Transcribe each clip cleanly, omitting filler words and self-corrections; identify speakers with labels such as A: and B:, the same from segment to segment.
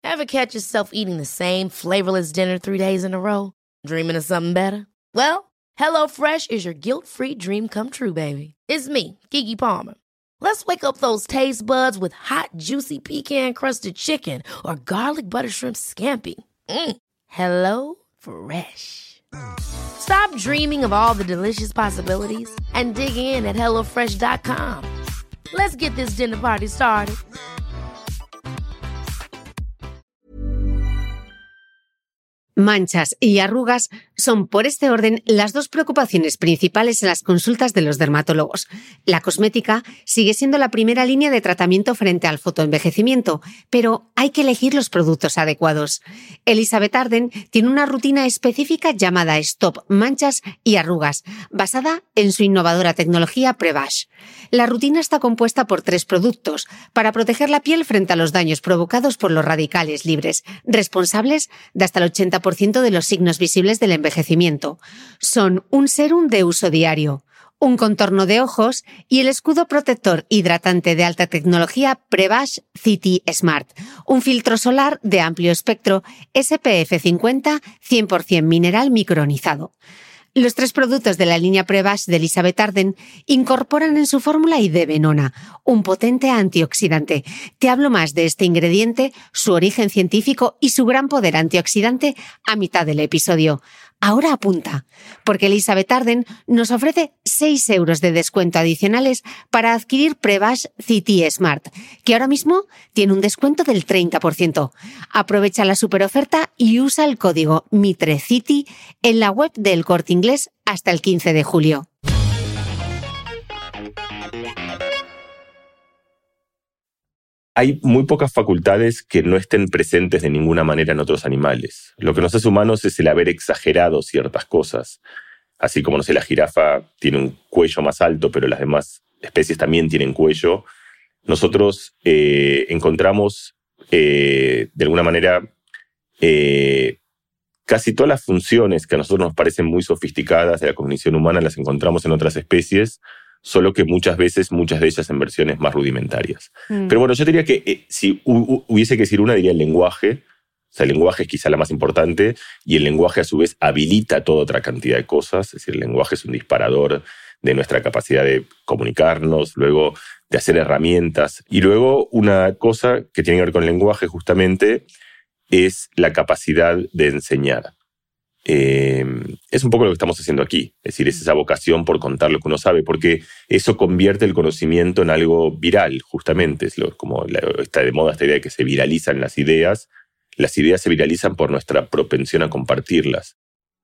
A: Ever catch yourself eating the same flavorless dinner 3 days in a row? Dreaming of something better? Well, HelloFresh is your guilt-free dream come true, baby. It's me, Keke Palmer. Let's wake up those taste buds with hot, juicy pecan-crusted chicken or garlic butter shrimp scampi. Hello Fresh. Stop dreaming of all the delicious possibilities and dig in at HelloFresh.com. Let's get this dinner party started.
B: Manchas y arrugas son, por este orden, las dos preocupaciones principales en las consultas de los dermatólogos. La cosmética sigue siendo la primera línea de tratamiento frente al fotoenvejecimiento, pero hay que elegir los productos adecuados. Elizabeth Arden tiene una rutina específica llamada Stop Manchas y Arrugas, basada en su innovadora tecnología Prevash. La rutina está compuesta por 3 productos para proteger la piel frente a los daños provocados por los radicales libres, responsables de hasta el 80% de los signos visibles del envejecimiento. Son un sérum de uso diario, un contorno de ojos y el escudo protector hidratante de alta tecnología Prevash City Smart, un filtro solar de amplio espectro SPF 50 100% mineral micronizado. Los 3 productos de la línea Prevash de Elizabeth Arden incorporan en su fórmula idebenona, un potente antioxidante. Te hablo más de este ingrediente, su origen científico y su gran poder antioxidante a mitad del episodio. Ahora apunta, porque Elizabeth Arden nos ofrece 6 euros de descuento adicionales para adquirir Prevash City Smart, que ahora mismo tiene un descuento del 30%. Aprovecha la superoferta y usa el código MITRECITY en la web de El Corte Inglés hasta el 15 de julio.
C: Hay muy pocas facultades que no estén presentes de ninguna manera en otros animales. Lo que nos hace humanos es el haber exagerado ciertas cosas. Así como, no sé, la jirafa tiene un cuello más alto, pero las demás especies también tienen cuello. Nosotros encontramos, de alguna manera, casi todas las funciones que a nosotros nos parecen muy sofisticadas de la cognición humana las encontramos en otras especies, solo que muchas veces, muchas de ellas en versiones más rudimentarias. Pero bueno, yo diría que si hubiese que decir una, diría el lenguaje. O sea, el lenguaje es quizá la más importante y el lenguaje a su vez habilita toda otra cantidad de cosas. Es decir, el lenguaje es un disparador de nuestra capacidad de comunicarnos, luego de hacer herramientas. Y luego una cosa que tiene que ver con el lenguaje justamente es la capacidad de enseñar. Es un poco lo que estamos haciendo aquí, es decir, es esa vocación por contar lo que uno sabe, porque eso convierte el conocimiento en algo viral, justamente. Como está de moda esta idea de que se viralizan las ideas se viralizan por nuestra propensión a compartirlas.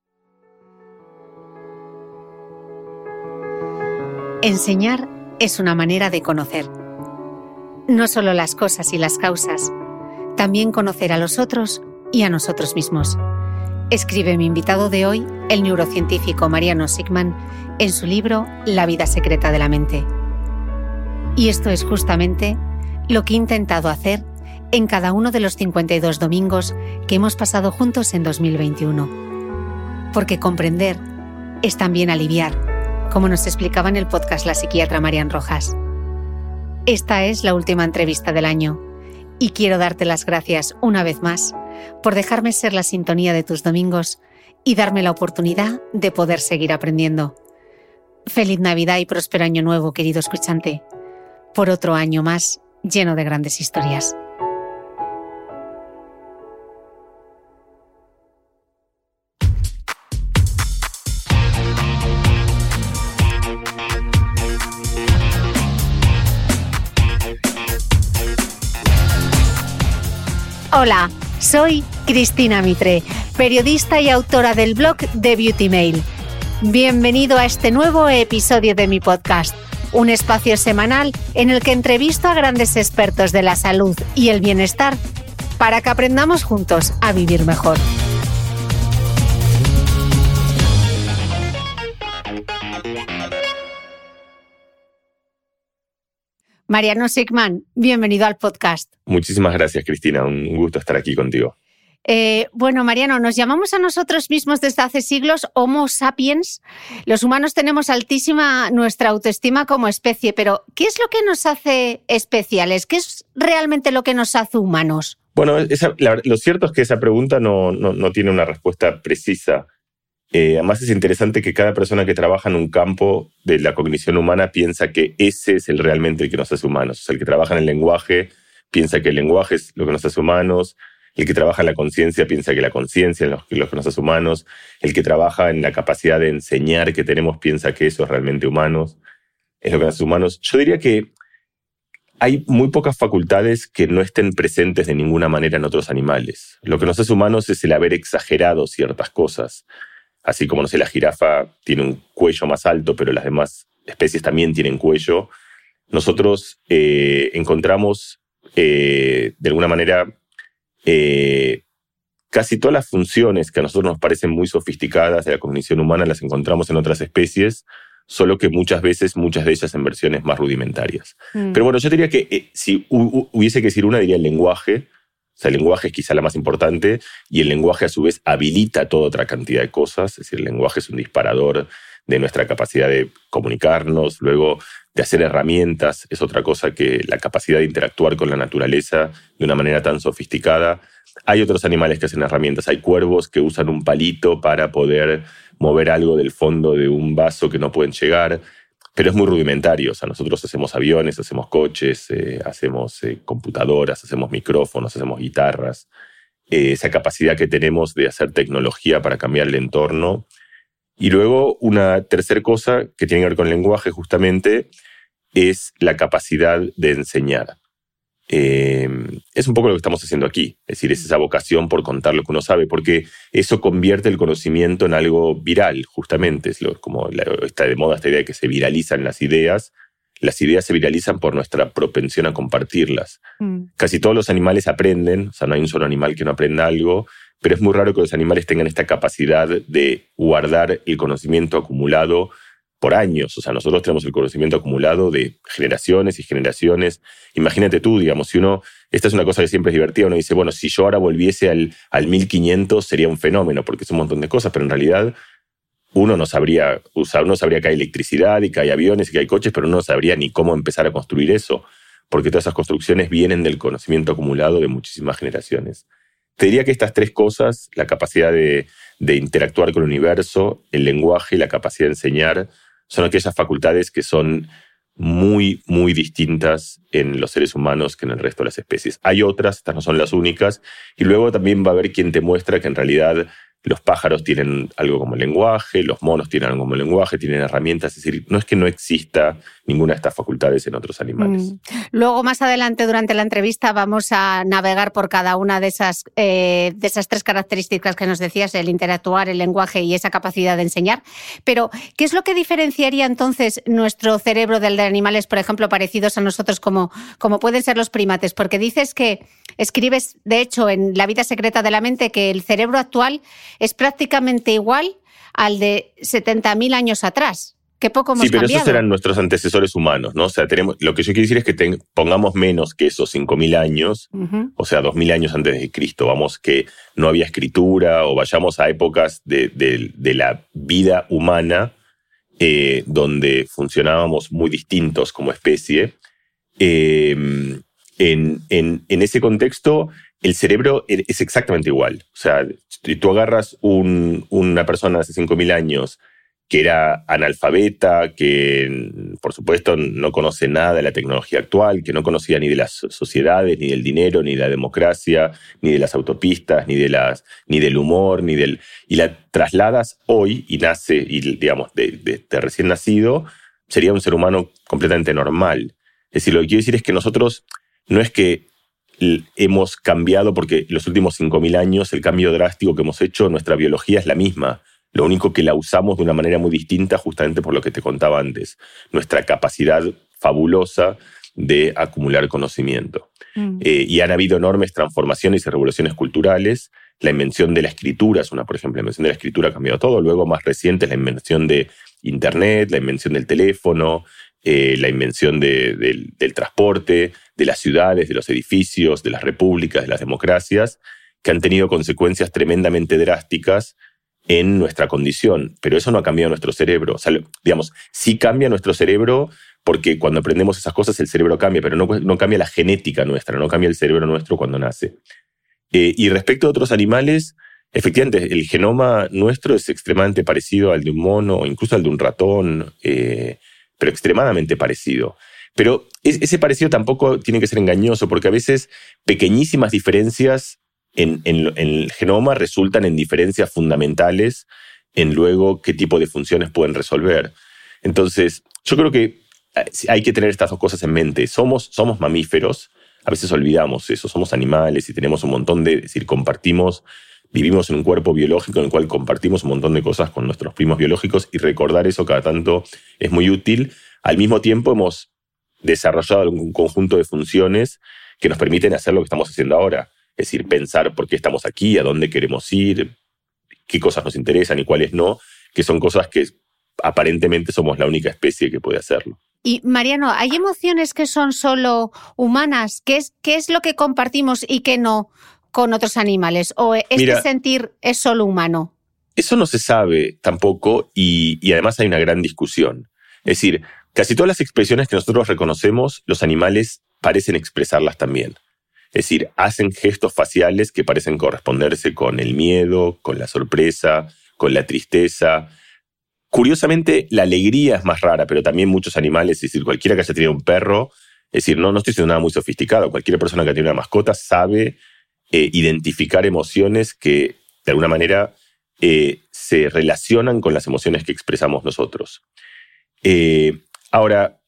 B: Enseñar es una manera de conocer. No solo las cosas y las causas, también conocer a los otros y a nosotros mismos. Escribe mi invitado de hoy, el neurocientífico Mariano Sigman, en su libro La vida secreta de la mente. Y esto es justamente lo que he intentado hacer en cada uno de los 52 domingos que hemos pasado juntos en 2021. Porque comprender es también aliviar, como nos explicaba en el podcast la psiquiatra Marian Rojas. Esta es la última entrevista del año y quiero darte las gracias una vez más por dejarme ser la sintonía de tus domingos y darme la oportunidad de poder seguir aprendiendo. Feliz Navidad y próspero año nuevo, querido escuchante, por otro año más lleno de grandes historias. Hola, soy Cristina Mitre, periodista y autora del blog The Beauty Mail. Bienvenido a este nuevo episodio de mi podcast, un espacio semanal en el que entrevisto a grandes expertos de la salud y el bienestar para que aprendamos juntos a vivir mejor. Mariano Sigman, bienvenido al podcast.
C: Muchísimas gracias, Cristina. Un gusto estar aquí contigo.
B: Bueno, Mariano, nos llamamos a nosotros mismos desde hace siglos Homo sapiens. Los humanos tenemos altísima nuestra autoestima como especie, pero ¿qué es lo que nos hace especiales? ¿Qué es realmente lo que nos hace humanos?
C: Bueno, lo cierto es que esa pregunta no tiene una respuesta precisa. Además es interesante que cada persona que trabaja en un campo de la cognición humana piensa que ese es realmente el que nos hace humanos. O sea, el que trabaja en el lenguaje piensa que el lenguaje es lo que nos hace humanos. El que trabaja en la conciencia piensa que la conciencia es lo que nos hace humanos. El que trabaja en la capacidad de enseñar que tenemos piensa que eso es realmente humanos. Es lo que nos hace humanos. Yo diría que hay muy pocas facultades que no estén presentes de ninguna manera en otros animales. Lo que nos hace humanos es el haber exagerado ciertas cosas. Así como, no sé, la jirafa tiene un cuello más alto, pero las demás especies también tienen cuello. Nosotros encontramos, de alguna manera, casi todas las funciones que a nosotros nos parecen muy sofisticadas de la cognición humana las encontramos en otras especies, solo que muchas veces, muchas de ellas en versiones más rudimentarias. Pero bueno, yo diría que si hubiese que decir una, diría el lenguaje. O sea, el lenguaje es quizá la más importante y el lenguaje a su vez habilita toda otra cantidad de cosas. Es decir, el lenguaje es un disparador de nuestra capacidad de comunicarnos, luego de hacer herramientas. Es otra cosa que la capacidad de interactuar con la naturaleza de una manera tan sofisticada. Hay otros animales que hacen herramientas. Hay cuervos que usan un palito para poder mover algo del fondo de un vaso que no pueden llegar. Pero es muy rudimentario. O sea, nosotros hacemos aviones, hacemos coches, hacemos computadoras, hacemos micrófonos, hacemos guitarras. Esa capacidad que tenemos de hacer tecnología para cambiar el entorno. Y luego una tercera cosa que tiene que ver con el lenguaje justamente es la capacidad de enseñar. Es un poco lo que estamos haciendo aquí. Es decir, es esa vocación por contar lo que uno sabe, porque eso convierte el conocimiento en algo viral, justamente. Es como está de moda esta idea de que se viralizan las ideas. Las ideas se viralizan por nuestra propensión a compartirlas. Casi todos los animales aprenden, o sea, no hay un solo animal que no aprenda algo, pero es muy raro que los animales tengan esta capacidad de guardar el conocimiento acumulado por años. O sea, nosotros tenemos el conocimiento acumulado de generaciones y generaciones. Imagínate tú, digamos, si uno... Esta es una cosa que siempre es divertida. Uno dice, bueno, si yo ahora volviese al 1500 sería un fenómeno, porque es un montón de cosas, pero en realidad uno no sabría usar, uno sabría que hay electricidad y que hay aviones y que hay coches, pero uno no sabría ni cómo empezar a construir eso, porque todas esas construcciones vienen del conocimiento acumulado de muchísimas generaciones. Te diría que estas tres cosas, la capacidad de interactuar con el universo, el lenguaje y la capacidad de enseñar, son aquellas facultades que son muy, muy distintas en los seres humanos que en el resto de las especies. Hay otras, estas no son las únicas, y luego también va a haber quien te muestra que en realidad los pájaros tienen algo como el lenguaje, los monos tienen algo como el lenguaje, tienen herramientas. Es decir, no es que no exista ninguna de estas facultades en otros animales.
B: Luego, más adelante, durante la entrevista, vamos a navegar por cada una de esas tres características que nos decías, el interactuar, el lenguaje y esa capacidad de enseñar. Pero, ¿qué es lo que diferenciaría entonces nuestro cerebro del de animales, por ejemplo, parecidos a nosotros como pueden ser los primates? Porque dices que escribes, de hecho, en La vida secreta de la mente, que el cerebro actual es prácticamente igual al de 70.000 años atrás. Qué poco hemos cambiado. Sí, pero
C: esos eran nuestros antecesores humanos, ¿no? O sea, lo que yo quiero decir es que pongamos menos que esos 5.000 años, o sea, 2.000 años antes de Cristo, vamos, que no había escritura, o vayamos a épocas de la vida humana donde funcionábamos muy distintos como especie. En ese contexto, el cerebro es exactamente igual. O sea, si tú agarras una persona de hace 5.000 años que era analfabeta, que por supuesto no conoce nada de la tecnología actual, que no conocía ni de las sociedades, ni del dinero, ni de la democracia, ni de las autopistas, ni del humor, y la trasladas hoy y nace, y digamos, de recién nacido, sería un ser humano completamente normal. Es decir, lo que quiero decir es que nosotros no es que hemos cambiado, porque los últimos 5.000 años el cambio drástico que hemos hecho, nuestra biología es la misma. Lo único que la usamos de una manera muy distinta justamente por lo que te contaba antes. Nuestra capacidad fabulosa de acumular conocimiento. Y han habido enormes transformaciones y revoluciones culturales. La invención de la escritura es una, por ejemplo. La invención de la escritura ha cambiado todo. Luego, más reciente, la invención de Internet, la invención del teléfono, la invención del transporte, de las ciudades, de los edificios, de las repúblicas, de las democracias, que han tenido consecuencias tremendamente drásticas en nuestra condición. Pero eso no ha cambiado nuestro cerebro. O sea, digamos, sí cambia nuestro cerebro porque cuando aprendemos esas cosas el cerebro cambia, pero no cambia la genética nuestra, no cambia el cerebro nuestro cuando nace. Y respecto a otros animales, efectivamente, el genoma nuestro es extremadamente parecido al de un mono, incluso al de un ratón, pero extremadamente parecido. Pero ese parecido tampoco tiene que ser engañoso, porque a veces pequeñísimas diferencias en el genoma resultan en diferencias fundamentales en luego qué tipo de funciones pueden resolver. Entonces, yo creo que hay que tener estas dos cosas en mente. Somos mamíferos, a veces olvidamos eso, somos animales y tenemos un montón de... Es decir, vivimos en un cuerpo biológico en el cual compartimos un montón de cosas con nuestros primos biológicos, y recordar eso cada tanto es muy útil. Al mismo tiempo hemos desarrollado un conjunto de funciones que nos permiten hacer lo que estamos haciendo ahora. Es decir, pensar por qué estamos aquí, a dónde queremos ir, qué cosas nos interesan y cuáles no, que son cosas que aparentemente somos la única especie que puede hacerlo.
B: Y Mariano, ¿hay emociones que son solo humanas? ¿Qué es lo que compartimos y qué no con otros animales? ¿O sentir es solo humano?
C: Eso no se sabe tampoco, y además hay una gran discusión. Es decir, casi todas las expresiones que nosotros reconocemos, los animales parecen expresarlas también. Es decir, hacen gestos faciales que parecen corresponderse con el miedo, con la sorpresa, con la tristeza. Curiosamente, la alegría es más rara, pero también muchos animales, es decir, cualquiera que haya tenido un perro, es decir, no estoy diciendo nada muy sofisticado, cualquier persona que tiene una mascota sabe identificar emociones que, de alguna manera, se relacionan con las emociones que expresamos nosotros. Ahora,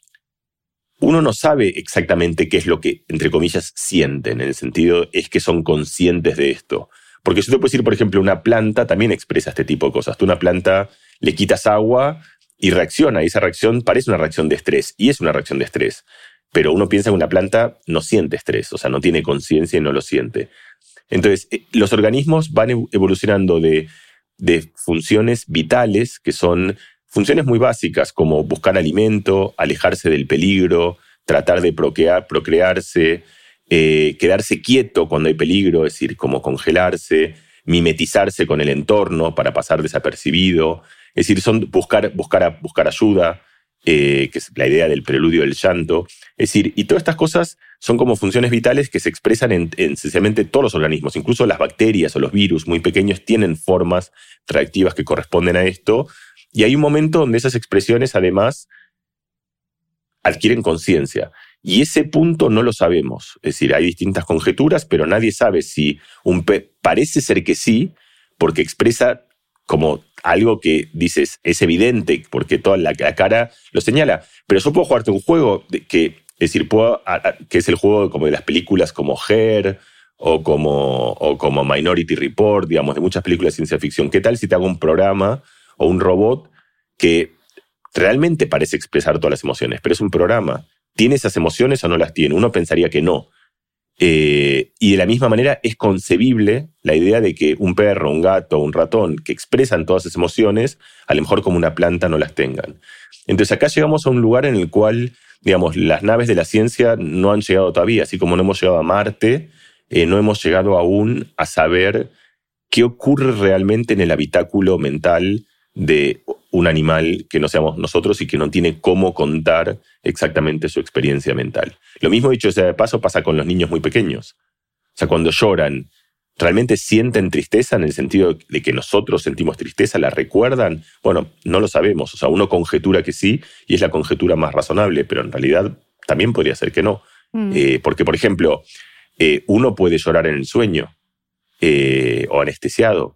C: uno no sabe exactamente qué es lo que, entre comillas, sienten, en el sentido es que son conscientes de esto. Porque yo te puedo decir, por ejemplo, una planta también expresa este tipo de cosas. Tú a una planta le quitas agua y reacciona, y esa reacción parece una reacción de estrés, y es una reacción de estrés. Pero uno piensa que una planta no siente estrés, o sea, no tiene conciencia y no lo siente. Entonces, los organismos van evolucionando de funciones vitales, que son funciones muy básicas, como buscar alimento, alejarse del peligro, tratar de procrearse, quedarse quieto cuando hay peligro, es decir, como congelarse, mimetizarse con el entorno para pasar desapercibido. Es decir, son buscar ayuda, que es la idea del preludio del llanto. Es decir, y todas estas cosas son como funciones vitales que se expresan en esencialmente todos los organismos. Incluso las bacterias o los virus muy pequeños tienen formas reactivas que corresponden a esto. Y hay un momento donde esas expresiones, además, adquieren conciencia. Y ese punto no lo sabemos. Es decir, hay distintas conjeturas, pero nadie sabe si parece ser que sí, porque expresa como algo que dices, es evidente, porque toda la cara lo señala. Pero yo puedo jugarte un juego que es el juego como de las películas como Her o como Minority Report, digamos, de muchas películas de ciencia ficción. ¿Qué tal si te hago un programa o un robot que realmente parece expresar todas las emociones, pero es un programa? ¿Tiene esas emociones o no las tiene? Uno pensaría que no. Y de la misma manera es concebible la idea de que un perro, un gato, un ratón que expresan todas esas emociones, a lo mejor como una planta no las tengan. Entonces acá llegamos a un lugar en el cual, digamos, las naves de la ciencia no han llegado todavía, así como no hemos llegado a Marte, no hemos llegado aún a saber qué ocurre realmente en el habitáculo mental de un animal que no seamos nosotros y que no tiene cómo contar exactamente su experiencia mental. Lo mismo, dicho sea de paso, pasa con los niños muy pequeños. O sea, cuando lloran, ¿realmente sienten tristeza en el sentido de que nosotros sentimos tristeza? ¿La recuerdan? Bueno, no lo sabemos. O sea, uno conjetura que sí, y es la conjetura más razonable, pero en realidad también podría ser que no. Porque, por ejemplo, uno puede llorar en el sueño o anestesiado,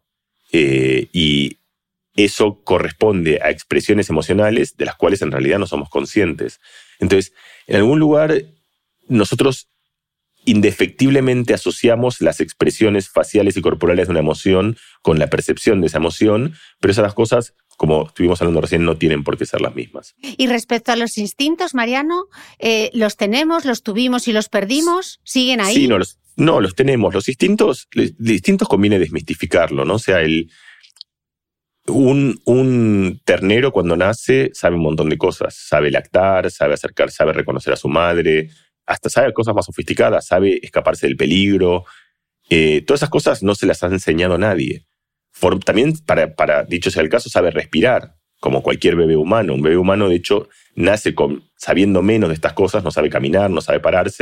C: y eso corresponde a expresiones emocionales de las cuales en realidad no somos conscientes. Entonces, en algún lugar, nosotros indefectiblemente asociamos las expresiones faciales y corporales de una emoción con la percepción de esa emoción, pero esas cosas, como estuvimos hablando recién, no tienen por qué ser las mismas.
B: Y respecto a los instintos, Mariano, ¿los tenemos, los tuvimos y los perdimos? ¿Siguen ahí?
C: Sí, no, los tenemos. Los instintos conviene desmistificarlo, ¿no? O sea, un ternero cuando nace sabe un montón de cosas. Sabe lactar, sabe reconocer a su madre, hasta sabe cosas más sofisticadas, sabe escaparse del peligro. Todas esas cosas no se las ha enseñado a nadie. También, para dicho sea el caso, sabe respirar, como cualquier bebé humano. Un bebé humano, de hecho, nace sabiendo menos de estas cosas, no sabe caminar, no sabe pararse,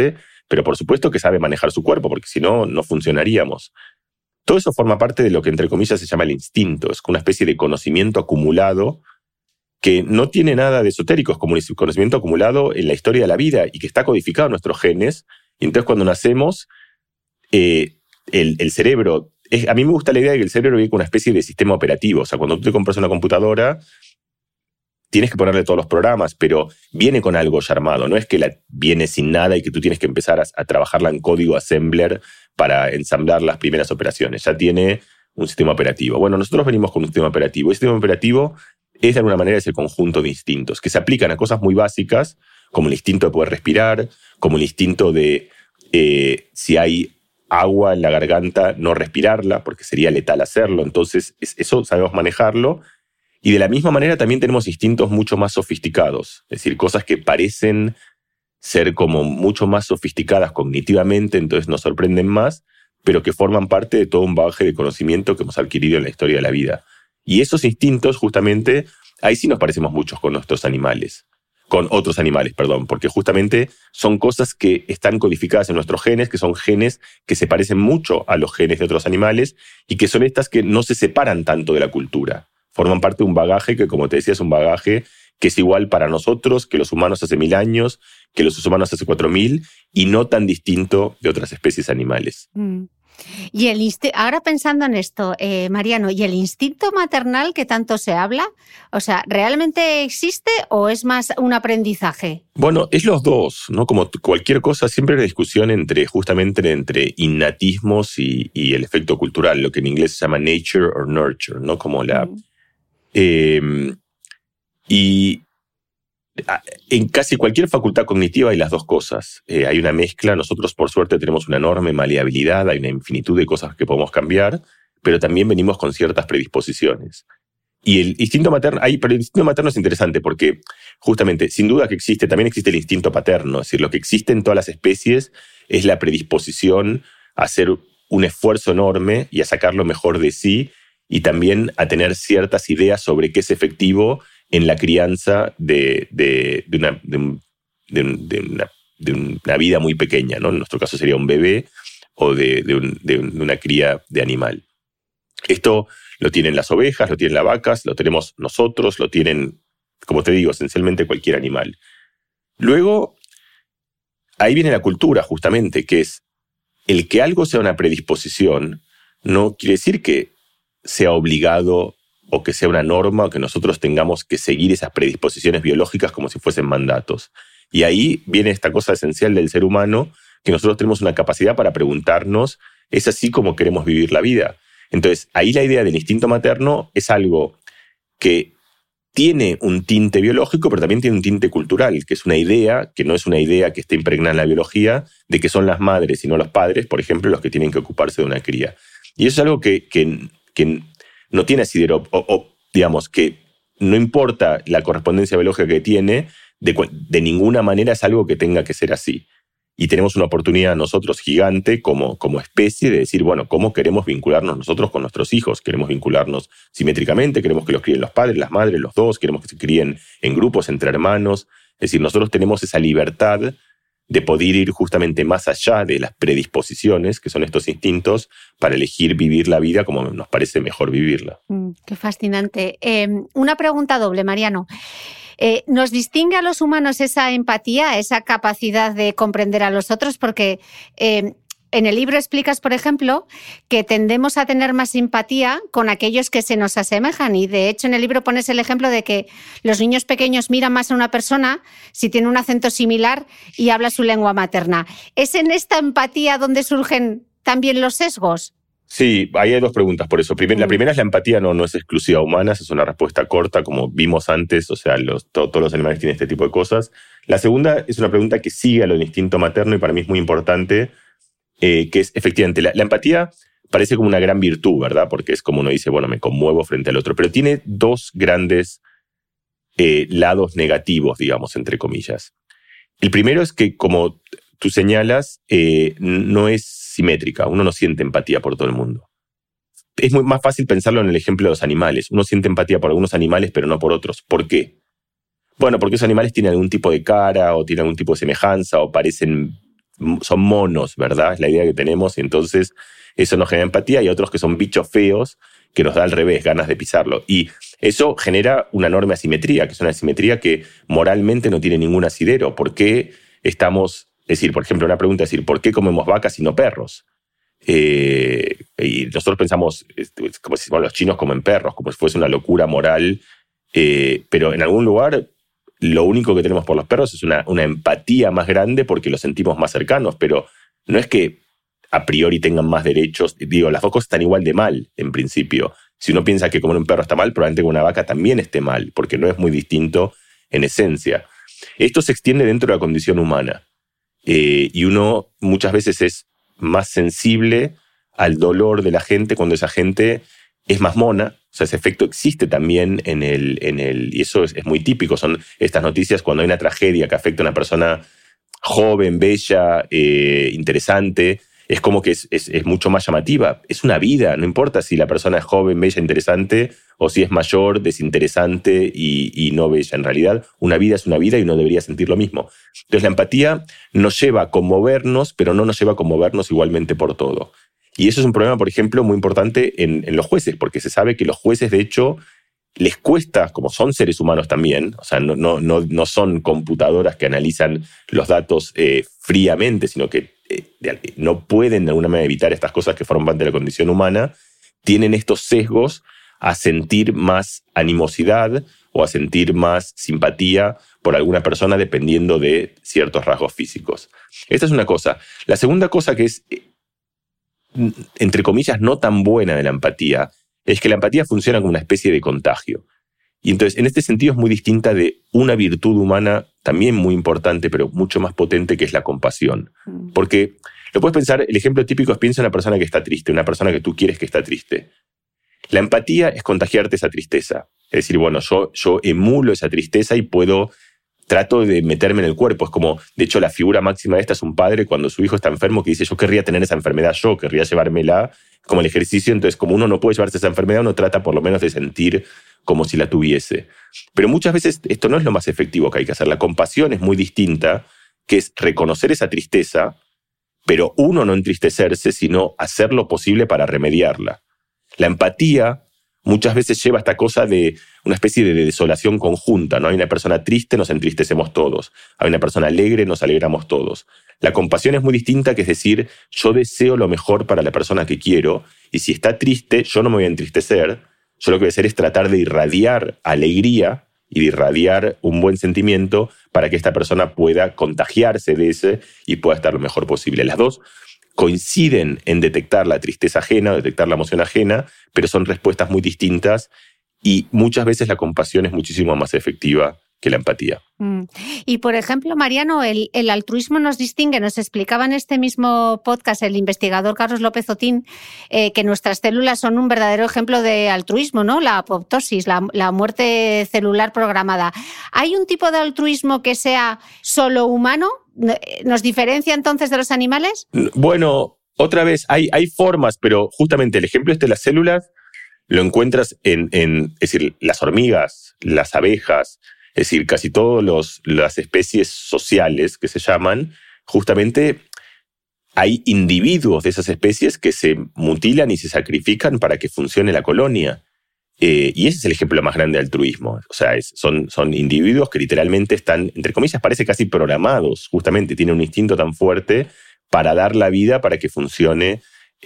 C: pero por supuesto que sabe manejar su cuerpo, porque si no, no funcionaríamos. Todo eso forma parte de lo que entre comillas se llama el instinto, es una especie de conocimiento acumulado que no tiene nada de esotérico, es como un conocimiento acumulado en la historia de la vida y que está codificado en nuestros genes. Y entonces cuando nacemos, el cerebro... a mí me gusta la idea de que el cerebro viene con una especie de sistema operativo. O sea, cuando tú te compras una computadora, tienes que ponerle todos los programas, pero viene con algo ya armado. No es que viene sin nada y que tú tienes que empezar a trabajarla en código assembler para ensamblar las primeras operaciones. Ya tiene un sistema operativo. Bueno, nosotros venimos con un sistema operativo. Ese sistema operativo es de alguna manera ese conjunto de instintos que se aplican a cosas muy básicas, como el instinto de poder respirar, como el instinto de si hay agua en la garganta, no respirarla, porque sería letal hacerlo. Entonces, eso sabemos manejarlo. Y de la misma manera también tenemos instintos mucho más sofisticados, es decir, cosas que parecen ser como mucho más sofisticadas cognitivamente, entonces nos sorprenden más, pero que forman parte de todo un bagaje de conocimiento que hemos adquirido en la historia de la vida. Y esos instintos, justamente, ahí sí nos parecemos muchos con otros animales, porque justamente son cosas que están codificadas en nuestros genes, que son genes que se parecen mucho a los genes de otros animales y que son estas que no se separan tanto de la cultura. Forman parte de un bagaje que, como te decía, es un bagaje que es igual para nosotros, que los humanos hace 1000 años, que los humanos hace 4000, y no tan distinto de otras especies animales.
B: Y ahora pensando en esto, Mariano, ¿y el instinto maternal que tanto se habla? O sea, ¿realmente existe o es más un aprendizaje?
C: Bueno, es los dos, ¿no? Como cualquier cosa, siempre hay una discusión justamente entre innatismos y el efecto cultural, lo que en inglés se llama nature or nurture, ¿no? Como y en casi cualquier facultad cognitiva hay las dos cosas. Hay una mezcla. Nosotros, por suerte, tenemos una enorme maleabilidad, hay una infinitud de cosas que podemos cambiar, pero también venimos con ciertas predisposiciones. Y el instinto materno, pero el instinto materno es interesante porque, justamente, sin duda que también existe el instinto paterno. Es decir, lo que existe en todas las especies es la predisposición a hacer un esfuerzo enorme y a sacar lo mejor de sí, y también a tener ciertas ideas sobre qué es efectivo en la crianza de una vida muy pequeña, ¿no? En nuestro caso sería un bebé o de una cría de animal. Esto lo tienen las ovejas, lo tienen las vacas, lo tenemos nosotros, lo tienen, como te digo, esencialmente cualquier animal. Luego, ahí viene la cultura, justamente, que es el que algo sea una predisposición, no quiere decir que sea obligado o que sea una norma o que nosotros tengamos que seguir esas predisposiciones biológicas como si fuesen mandatos. Y ahí viene esta cosa esencial del ser humano, que nosotros tenemos una capacidad para preguntarnos, ¿es así como queremos vivir la vida? Entonces, ahí la idea del instinto materno es algo que tiene un tinte biológico, pero también tiene un tinte cultural, que es una idea, que no es una idea que esté impregnada en la biología, de que son las madres y no los padres, por ejemplo, los que tienen que ocuparse de una cría. Y eso es algo que no tiene asidero, digamos, que no importa la correspondencia biológica que tiene, de ninguna manera es algo que tenga que ser así. Y tenemos una oportunidad nosotros gigante como especie de decir, bueno, ¿cómo queremos vincularnos nosotros con nuestros hijos? ¿Queremos vincularnos simétricamente? ¿Queremos que los críen los padres, las madres, los dos? ¿Queremos que se críen en grupos, entre hermanos? Es decir, nosotros tenemos esa libertad de poder ir justamente más allá de las predisposiciones, que son estos instintos, para elegir vivir la vida como nos parece mejor vivirla.
B: Qué fascinante. Una pregunta doble, Mariano. ¿Nos distingue a los humanos esa empatía, esa capacidad de comprender a los otros? Porque en el libro explicas, por ejemplo, que tendemos a tener más simpatía con aquellos que se nos asemejan, y de hecho en el libro pones el ejemplo de que los niños pequeños miran más a una persona si tiene un acento similar y habla su lengua materna. ¿Es en esta empatía donde surgen también los sesgos?
C: Sí, ahí hay dos preguntas por eso. La primera es la empatía no es exclusiva humana, es una respuesta corta, como vimos antes, o sea, todos los animales tienen este tipo de cosas. La segunda es una pregunta que sigue a lo del instinto materno y para mí es muy importante, que es efectivamente, la empatía parece como una gran virtud, ¿verdad? Porque es como uno dice, bueno, me conmuevo frente al otro, pero tiene dos grandes lados negativos, digamos, entre comillas. El primero es que, como tú señalas, no es simétrica, uno no siente empatía por todo el mundo. Es muy más fácil pensarlo en el ejemplo de los animales. Uno siente empatía por algunos animales, pero no por otros. ¿Por qué? Bueno, porque esos animales tienen algún tipo de cara, o tienen algún tipo de semejanza, o parecen son monos, ¿verdad? Es la idea que tenemos, y entonces eso nos genera empatía, y otros que son bichos feos que nos da al revés, ganas de pisarlo. Y eso genera una enorme asimetría, que es una asimetría que moralmente no tiene ningún asidero. ¿Por qué estamos, es decir, por ejemplo, una pregunta es decir, ¿por qué comemos vacas y no perros? Y nosotros pensamos, como si los chinos comen perros, como si fuese una locura moral, pero en algún lugar lo único que tenemos por los perros es una empatía más grande porque los sentimos más cercanos, pero no es que a priori tengan más derechos. Digo, las dos cosas están igual de mal, en principio. Si uno piensa que comer un perro está mal, probablemente que una vaca también esté mal, porque no es muy distinto en esencia. Esto se extiende dentro de la condición humana, y uno muchas veces es más sensible al dolor de la gente cuando esa gente es más mona. O sea, ese efecto existe también y eso es muy típico. Son estas noticias cuando hay una tragedia que afecta a una persona joven, bella, interesante. Es como que es mucho más llamativa. Es una vida, no importa si la persona es joven, bella, interesante, o si es mayor, desinteresante y no bella. En realidad, una vida es una vida y uno debería sentir lo mismo. Entonces, la empatía nos lleva a conmovernos, pero no nos lleva a conmovernos igualmente por todo. Y eso es un problema, por ejemplo, muy importante en los jueces, porque se sabe que los jueces, de hecho, les cuesta, como son seres humanos también, o sea, no son computadoras que analizan los datos fríamente, sino que no pueden de alguna manera evitar estas cosas que forman parte de la condición humana, tienen estos sesgos a sentir más animosidad o a sentir más simpatía por alguna persona dependiendo de ciertos rasgos físicos. Esta es una cosa. La segunda cosa que es, entre comillas, no tan buena de la empatía, es que la empatía funciona como una especie de contagio. Y entonces, en este sentido, es muy distinta de una virtud humana también muy importante, pero mucho más potente, que es la compasión. Porque lo puedes pensar, el ejemplo típico es piensa en una persona que está triste, una persona que tú quieres que está triste. La empatía es contagiarte esa tristeza. Es decir, bueno, yo emulo esa tristeza y trato de meterme en el cuerpo. Es como, de hecho, la figura máxima de esta es un padre cuando su hijo está enfermo que dice, yo querría tener esa enfermedad, yo querría llevármela, como el ejercicio. Entonces, como uno no puede llevarse esa enfermedad, uno trata por lo menos de sentir como si la tuviese. Pero muchas veces esto no es lo más efectivo que hay que hacer. La compasión es muy distinta, que es reconocer esa tristeza, pero uno no entristecerse, sino hacer lo posible para remediarla. La empatía muchas veces lleva a esta cosa de una especie de desolación conjunta, ¿no? Hay una persona triste, nos entristecemos todos. Hay una persona alegre, nos alegramos todos. La compasión es muy distinta, que es decir, yo deseo lo mejor para la persona que quiero, y si está triste, yo no me voy a entristecer. Yo lo que voy a hacer es tratar de irradiar alegría y de irradiar un buen sentimiento para que esta persona pueda contagiarse de ese y pueda estar lo mejor posible. Las dos coinciden en detectar la tristeza ajena, detectar la emoción ajena, pero son respuestas muy distintas, y muchas veces la compasión es muchísimo más efectiva que la empatía.
B: Y, por ejemplo, Mariano, el altruismo nos distingue. Nos explicaba en este mismo podcast el investigador Carlos López Otín que nuestras células son un verdadero ejemplo de altruismo, ¿no? La apoptosis, la muerte celular programada. ¿Hay un tipo de altruismo que sea solo humano? ¿Nos diferencia entonces de los animales?
C: Bueno, otra vez, hay formas, pero justamente el ejemplo de las células lo encuentras es decir, las hormigas, las abejas, es decir, casi todas las especies sociales que se llaman, justamente hay individuos de esas especies que se mutilan y se sacrifican para que funcione la colonia. Y ese es el ejemplo más grande de altruismo. O sea, son individuos que literalmente están, entre comillas, parece casi programados, justamente tienen un instinto tan fuerte para dar la vida para que funcione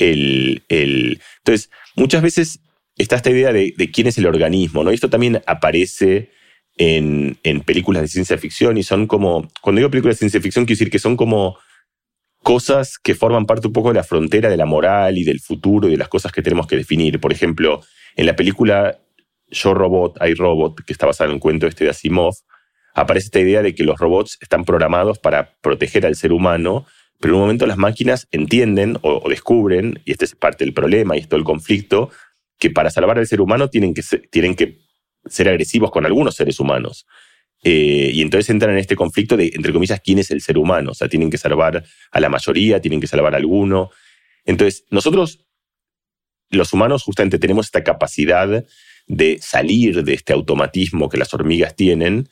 C: Entonces, muchas veces está esta idea de quién es el organismo, ¿no? Y esto también aparece en películas de ciencia ficción, y son como, cuando digo películas de ciencia ficción, quiero decir que son como cosas que forman parte un poco de la frontera de la moral y del futuro y de las cosas que tenemos que definir. Por ejemplo, en la película Yo Robot, I, Robot, que está basada en un cuento de Asimov, aparece esta idea de que los robots están programados para proteger al ser humano, pero en un momento las máquinas entienden o descubren, y este es parte del problema y esto del conflicto, que para salvar al ser humano tienen que ser agresivos con algunos seres humanos. Y entonces entran en este conflicto de, entre comillas, quién es el ser humano. O sea, tienen que salvar a la mayoría, tienen que salvar a alguno. Entonces, nosotros, los humanos, justamente tenemos esta capacidad de salir de este automatismo que las hormigas tienen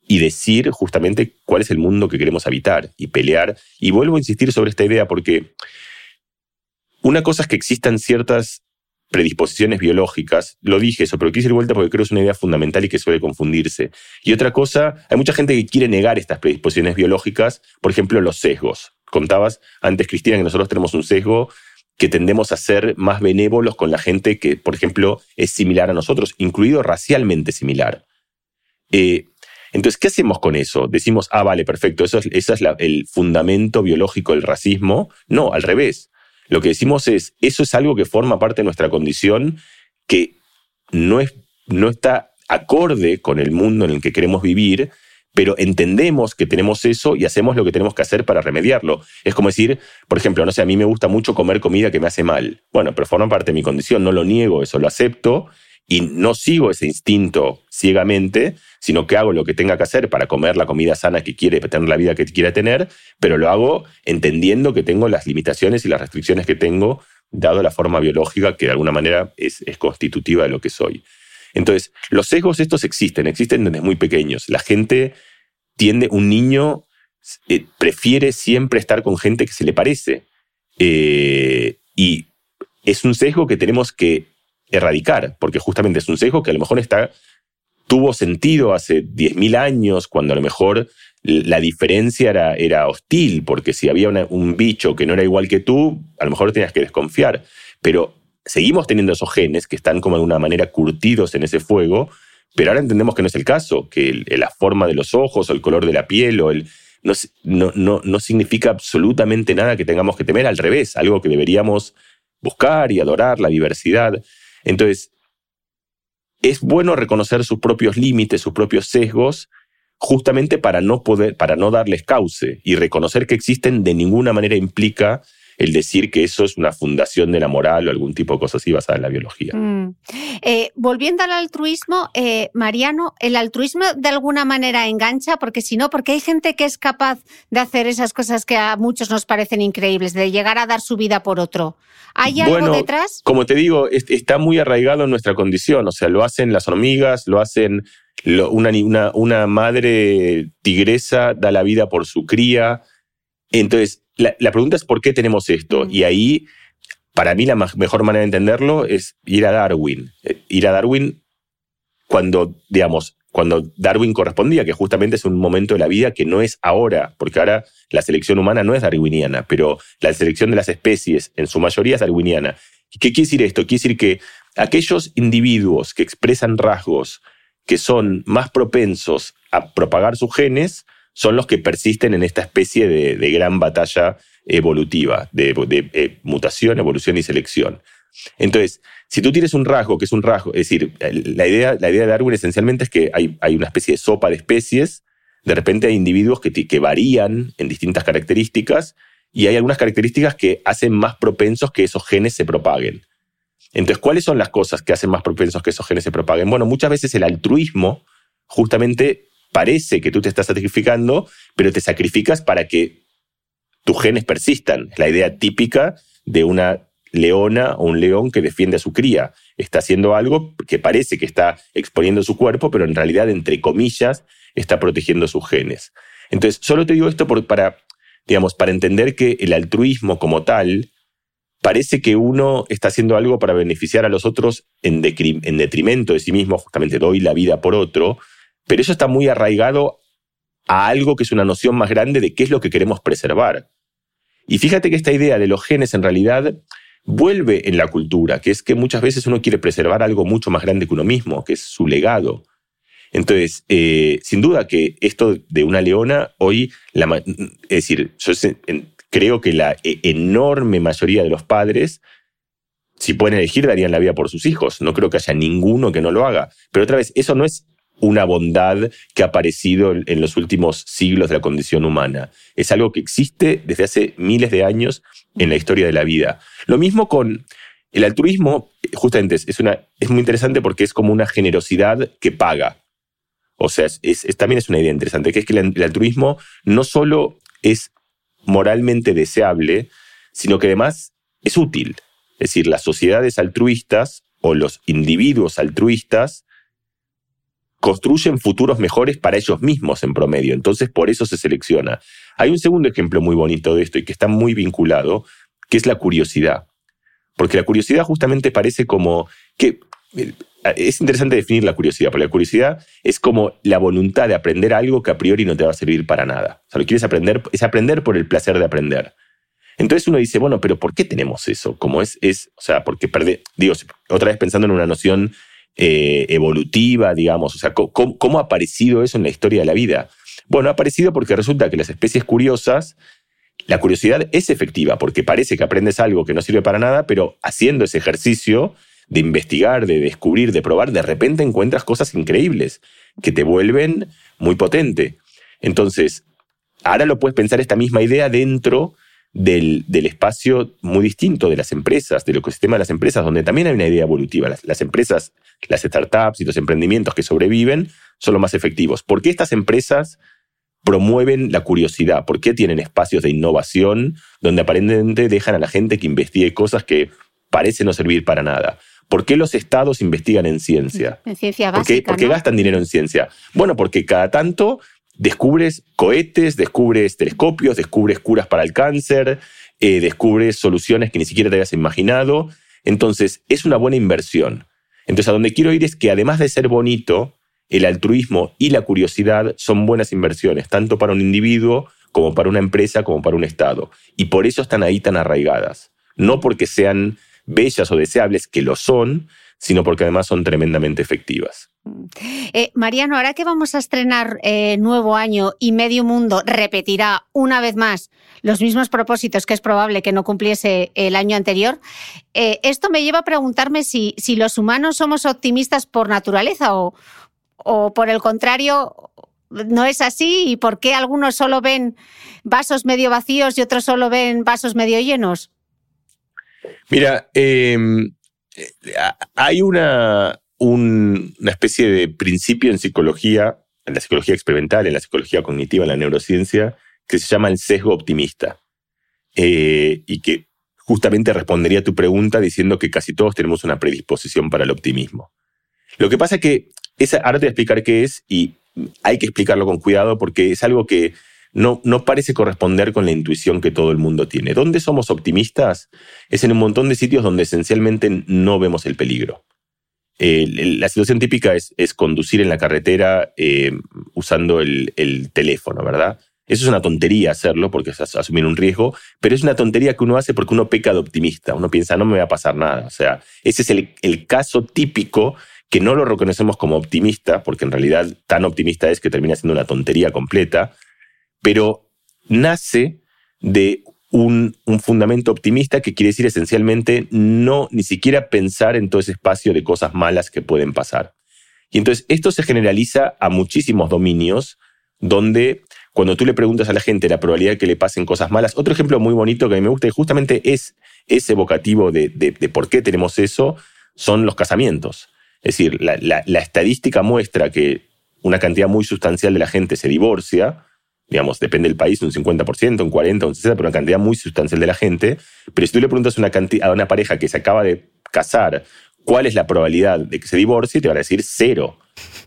C: y decir justamente cuál es el mundo que queremos habitar y pelear. Y vuelvo a insistir sobre esta idea porque una cosa es que existan ciertas predisposiciones biológicas, lo dije eso, pero quise ir vuelta porque creo que es una idea fundamental y que suele confundirse. Y otra cosa, hay mucha gente que quiere negar estas predisposiciones biológicas, por ejemplo, los sesgos. Contabas antes, Cristina, que nosotros tenemos un sesgo que tendemos a ser más benévolos con la gente que, por ejemplo, es similar a nosotros, incluido racialmente similar. Entonces, ¿qué hacemos con eso? Decimos, vale, perfecto, ese es el fundamento biológico del racismo. No, al revés. Lo que decimos es, eso es algo que forma parte de nuestra condición, que no está acorde con el mundo en el que queremos vivir, pero entendemos que tenemos eso y hacemos lo que tenemos que hacer para remediarlo. Es como decir, por ejemplo, no sé, a mí me gusta mucho comer comida que me hace mal. Bueno, pero forma parte de mi condición, no lo niego, eso lo acepto y no sigo ese instinto ciegamente, sino que hago lo que tenga que hacer para comer la comida sana que quiere, para tener la vida que quiera tener, pero lo hago entendiendo que tengo las limitaciones y las restricciones que tengo, dado la forma biológica que de alguna manera es constitutiva de lo que soy. Entonces, los sesgos estos existen desde muy pequeños. La gente un niño prefiere siempre estar con gente que se le parece. Y es un sesgo que tenemos que erradicar, porque justamente es un sesgo que a lo mejor tuvo sentido hace 10.000 años, cuando a lo mejor la diferencia era hostil, porque si había un bicho que no era igual que tú, a lo mejor tenías que desconfiar. Pero seguimos teniendo esos genes que están como de alguna manera curtidos en ese fuego, pero ahora entendemos que no es el caso, que la forma de los ojos o el color de la piel no significa absolutamente nada que tengamos que temer, al revés, algo que deberíamos buscar y adorar, la diversidad. Entonces, es bueno reconocer sus propios límites, sus propios sesgos, justamente para no darles cauce, y reconocer que existen de ninguna manera implica el decir que eso es una fundación de la moral o algún tipo de cosa así basada en la biología.
B: Volviendo al altruismo, Mariano, ¿el altruismo de alguna manera engancha? Porque si no, porque hay gente que es capaz de hacer esas cosas que a muchos nos parecen increíbles, de llegar a dar su vida por otro. ¿Hay algo detrás?
C: Como te digo, está muy arraigado en nuestra condición. O sea, lo hacen las hormigas, lo hacen una madre tigresa, da la vida por su cría. Entonces, la pregunta es ¿por qué tenemos esto? Y ahí, para mí, la mejor manera de entenderlo es ir a Darwin. Ir a Darwin cuando Darwin correspondía, que justamente es un momento de la vida que no es ahora, porque ahora la selección humana no es darwiniana, pero la selección de las especies en su mayoría es darwiniana. ¿Qué quiere decir esto? Quiere decir que aquellos individuos que expresan rasgos que son más propensos a propagar sus genes son los que persisten en esta especie de gran batalla evolutiva, de mutación, evolución y selección. Entonces, si tú tienes un rasgo que es un rasgo, es decir, la idea de Darwin esencialmente es que hay una especie de sopa de especies, de repente hay individuos que varían en distintas características y hay algunas características que hacen más propensos que esos genes se propaguen. Entonces, ¿cuáles son las cosas que hacen más propensos que esos genes se propaguen? Bueno, muchas veces el altruismo justamente parece que tú te estás sacrificando, pero te sacrificas para que tus genes persistan. Es la idea típica de una leona o un león que defiende a su cría. Está haciendo algo que parece que está exponiendo su cuerpo, pero en realidad, entre comillas, está protegiendo sus genes. Entonces, solo te digo esto para entender que el altruismo como tal parece que uno está haciendo algo para beneficiar a los otros en detrimento de sí mismo, justamente doy la vida por otro, pero eso está muy arraigado a algo que es una noción más grande de qué es lo que queremos preservar. Y fíjate que esta idea de los genes en realidad vuelve en la cultura, que es que muchas veces uno quiere preservar algo mucho más grande que uno mismo, que es su legado. Entonces, sin duda que esto de una leona hoy, es decir, yo creo que la enorme mayoría de los padres, si pueden elegir, darían la vida por sus hijos. No creo que haya ninguno que no lo haga. Pero otra vez, eso no es una bondad que ha aparecido en los últimos siglos de la condición humana. Es algo que existe desde hace miles de años en la historia de la vida. Lo mismo con el altruismo, justamente es muy interesante porque es como una generosidad que paga. O sea, también es una idea interesante, que es que el altruismo no solo es moralmente deseable, sino que además es útil. Es decir, las sociedades altruistas o los individuos altruistas construyen futuros mejores para ellos mismos en promedio. Entonces, por eso se selecciona. Hay un segundo ejemplo muy bonito de esto y que está muy vinculado, que es la curiosidad. Porque la curiosidad justamente parece como que... Es interesante definir la curiosidad, porque la curiosidad es como la voluntad de aprender algo que a priori no te va a servir para nada. O sea, lo que quieres aprender es aprender por el placer de aprender. Entonces uno dice, bueno, pero ¿por qué tenemos eso? Como o sea, porque otra vez pensando en una noción evolutiva, digamos, o sea, ¿cómo ha aparecido eso en la historia de la vida? Bueno, ha aparecido porque resulta que las especies curiosas, la curiosidad es efectiva, porque parece que aprendes algo que no sirve para nada, pero haciendo ese ejercicio de investigar, de descubrir, de probar, de repente encuentras cosas increíbles que te vuelven muy potente. Entonces, ahora lo puedes pensar esta misma idea dentro del espacio muy distinto de las empresas, del ecosistema de las empresas, donde también hay una idea evolutiva. Las empresas, las startups y los emprendimientos que sobreviven son los más efectivos. ¿Por qué estas empresas promueven la curiosidad? ¿Por qué tienen espacios de innovación donde aparentemente dejan a la gente que investigue cosas que parecen no servir para nada? ¿Por qué los estados investigan en ciencia?
B: En ciencia básica,
C: ¿Por qué gastan dinero en ciencia? Bueno, porque cada tanto descubres cohetes, descubres telescopios, descubres curas para el cáncer, descubres soluciones que ni siquiera te habías imaginado. Entonces, es una buena inversión. Entonces, a donde quiero ir es que además de ser bonito, el altruismo y la curiosidad son buenas inversiones, tanto para un individuo como para una empresa, como para un estado. Y por eso están ahí tan arraigadas. No porque sean bellas o deseables, que lo son, sino porque además son tremendamente efectivas.
B: Mariano, ahora que vamos a estrenar nuevo año y medio mundo repetirá una vez más los mismos propósitos que es probable que no cumpliese el año anterior, esto me lleva a preguntarme si los humanos somos optimistas por naturaleza o por el contrario no es así, y por qué algunos solo ven vasos medio vacíos y otros solo ven vasos medio llenos.
C: Mira, hay una especie de principio en psicología, en la psicología experimental, en la psicología cognitiva, en la neurociencia, que se llama el sesgo optimista. Y que justamente respondería a tu pregunta diciendo que casi todos tenemos una predisposición para el optimismo. Lo que pasa es que, ahora te voy a explicar qué es, y hay que explicarlo con cuidado porque es algo que no parece corresponder con la intuición que todo el mundo tiene. ¿Dónde somos optimistas? Es en un montón de sitios donde esencialmente no vemos el peligro. La situación típica es conducir en la carretera usando el teléfono, ¿verdad? Eso es una tontería hacerlo porque es asumir un riesgo, pero es una tontería que uno hace porque uno peca de optimista. Uno piensa, no me va a pasar nada. O sea, ese es el caso típico que no lo reconocemos como optimista, porque en realidad tan optimista es que termina siendo una tontería completa, pero nace de un fundamento optimista que quiere decir esencialmente no ni siquiera pensar en todo ese espacio de cosas malas que pueden pasar. Y entonces esto se generaliza a muchísimos dominios donde cuando tú le preguntas a la gente la probabilidad de que le pasen cosas malas, otro ejemplo muy bonito que a mí me gusta y justamente es evocativo de por qué tenemos eso, son los casamientos. Es decir, la estadística muestra que una cantidad muy sustancial de la gente se divorcia, digamos, depende del país, un 50%, un 40%, un 60%, pero una cantidad muy sustancial de la gente. Pero si tú le preguntas a una pareja que se acaba de casar cuál es la probabilidad de que se divorcie, te van a decir 0.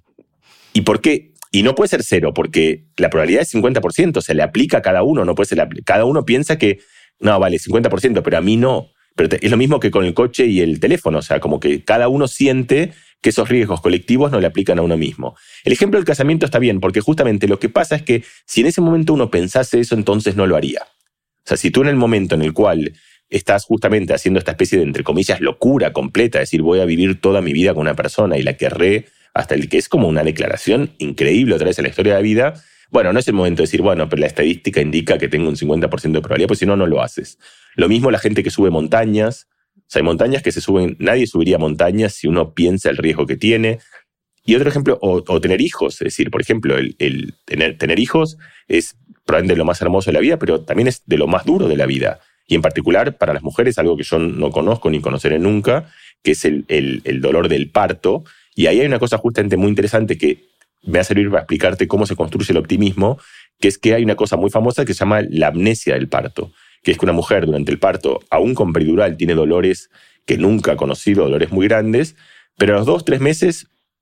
C: ¿Y por qué? Y no puede ser 0, porque la probabilidad es 50%, se le aplica a cada uno, no puede ser, cada uno piensa que, no, vale, 50%, pero a mí no. Pero es lo mismo que con el coche y el teléfono, o sea, como que cada uno siente que esos riesgos colectivos no le aplican a uno mismo. El ejemplo del casamiento está bien, porque justamente lo que pasa es que si en ese momento uno pensase eso, entonces no lo haría. O sea, si tú en el momento en el cual estás justamente haciendo esta especie de, entre comillas, locura completa, es decir, voy a vivir toda mi vida con una persona y la querré hasta el que es como una declaración increíble otra vez en la historia de la vida, bueno, no es el momento de decir, bueno, pero la estadística indica que tengo un 50% de probabilidad, pues si no, no lo haces. Lo mismo la gente que sube montañas. O sea, hay montañas que se suben, nadie subiría montañas si uno piensa el riesgo que tiene. Y otro ejemplo, o tener hijos. Es decir, por ejemplo, el tener hijos es probablemente lo más hermoso de la vida, pero también es de lo más duro de la vida. Y en particular para las mujeres, algo que yo no conozco ni conoceré nunca, que es el dolor del parto. Y ahí hay una cosa justamente muy interesante que me va a servir para explicarte cómo se construye el optimismo, que es que hay una cosa muy famosa que se llama la amnesia del parto, que es que una mujer durante el parto, aún con peridural, tiene dolores que nunca ha conocido, dolores muy grandes, pero a los 2-3 meses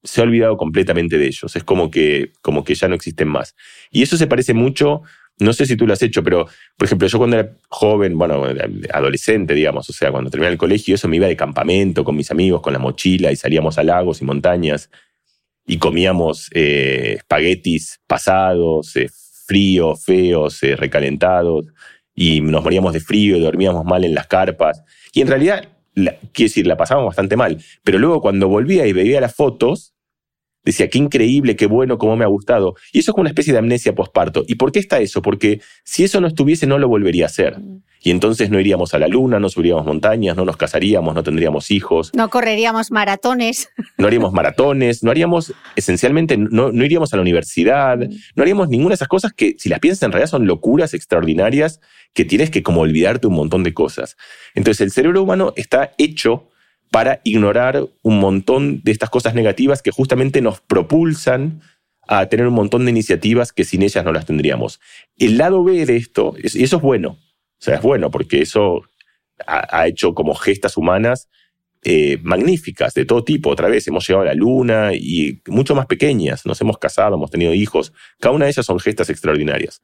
C: se ha olvidado completamente de ellos. Es como que ya no existen más. Y eso se parece mucho, no sé si tú lo has hecho, pero, por ejemplo, yo cuando era joven, adolescente, digamos, o sea, cuando terminé el colegio, eso me iba de campamento con mis amigos, con la mochila, y salíamos a lagos y montañas, y comíamos espaguetis pasados, fríos, feos, recalentados, y nos moríamos de frío y dormíamos mal en las carpas. Y en realidad, quiero decir, la pasábamos bastante mal. Pero luego cuando volvía y veía las fotos, decía, qué increíble, qué bueno, cómo me ha gustado. Y eso es como una especie de amnesia posparto. ¿Y por qué está eso? Porque si eso no estuviese, no lo volvería a hacer. Y entonces no iríamos a la luna, no subiríamos montañas, no nos casaríamos, no tendríamos hijos.
B: No correríamos maratones.
C: No haríamos maratones, no haríamos, esencialmente, no iríamos a la universidad, no haríamos ninguna de esas cosas que, si las piensas, en realidad son locuras extraordinarias que tienes que como olvidarte un montón de cosas. Entonces el cerebro humano está hecho para ignorar un montón de estas cosas negativas que justamente nos propulsan a tener un montón de iniciativas que sin ellas no las tendríamos. El lado B de esto, y eso es bueno, o sea, es bueno porque eso ha hecho como gestas humanas magníficas de todo tipo. Otra vez, hemos llegado a la luna y mucho más pequeñas, nos hemos casado, hemos tenido hijos, cada una de ellas son gestas extraordinarias.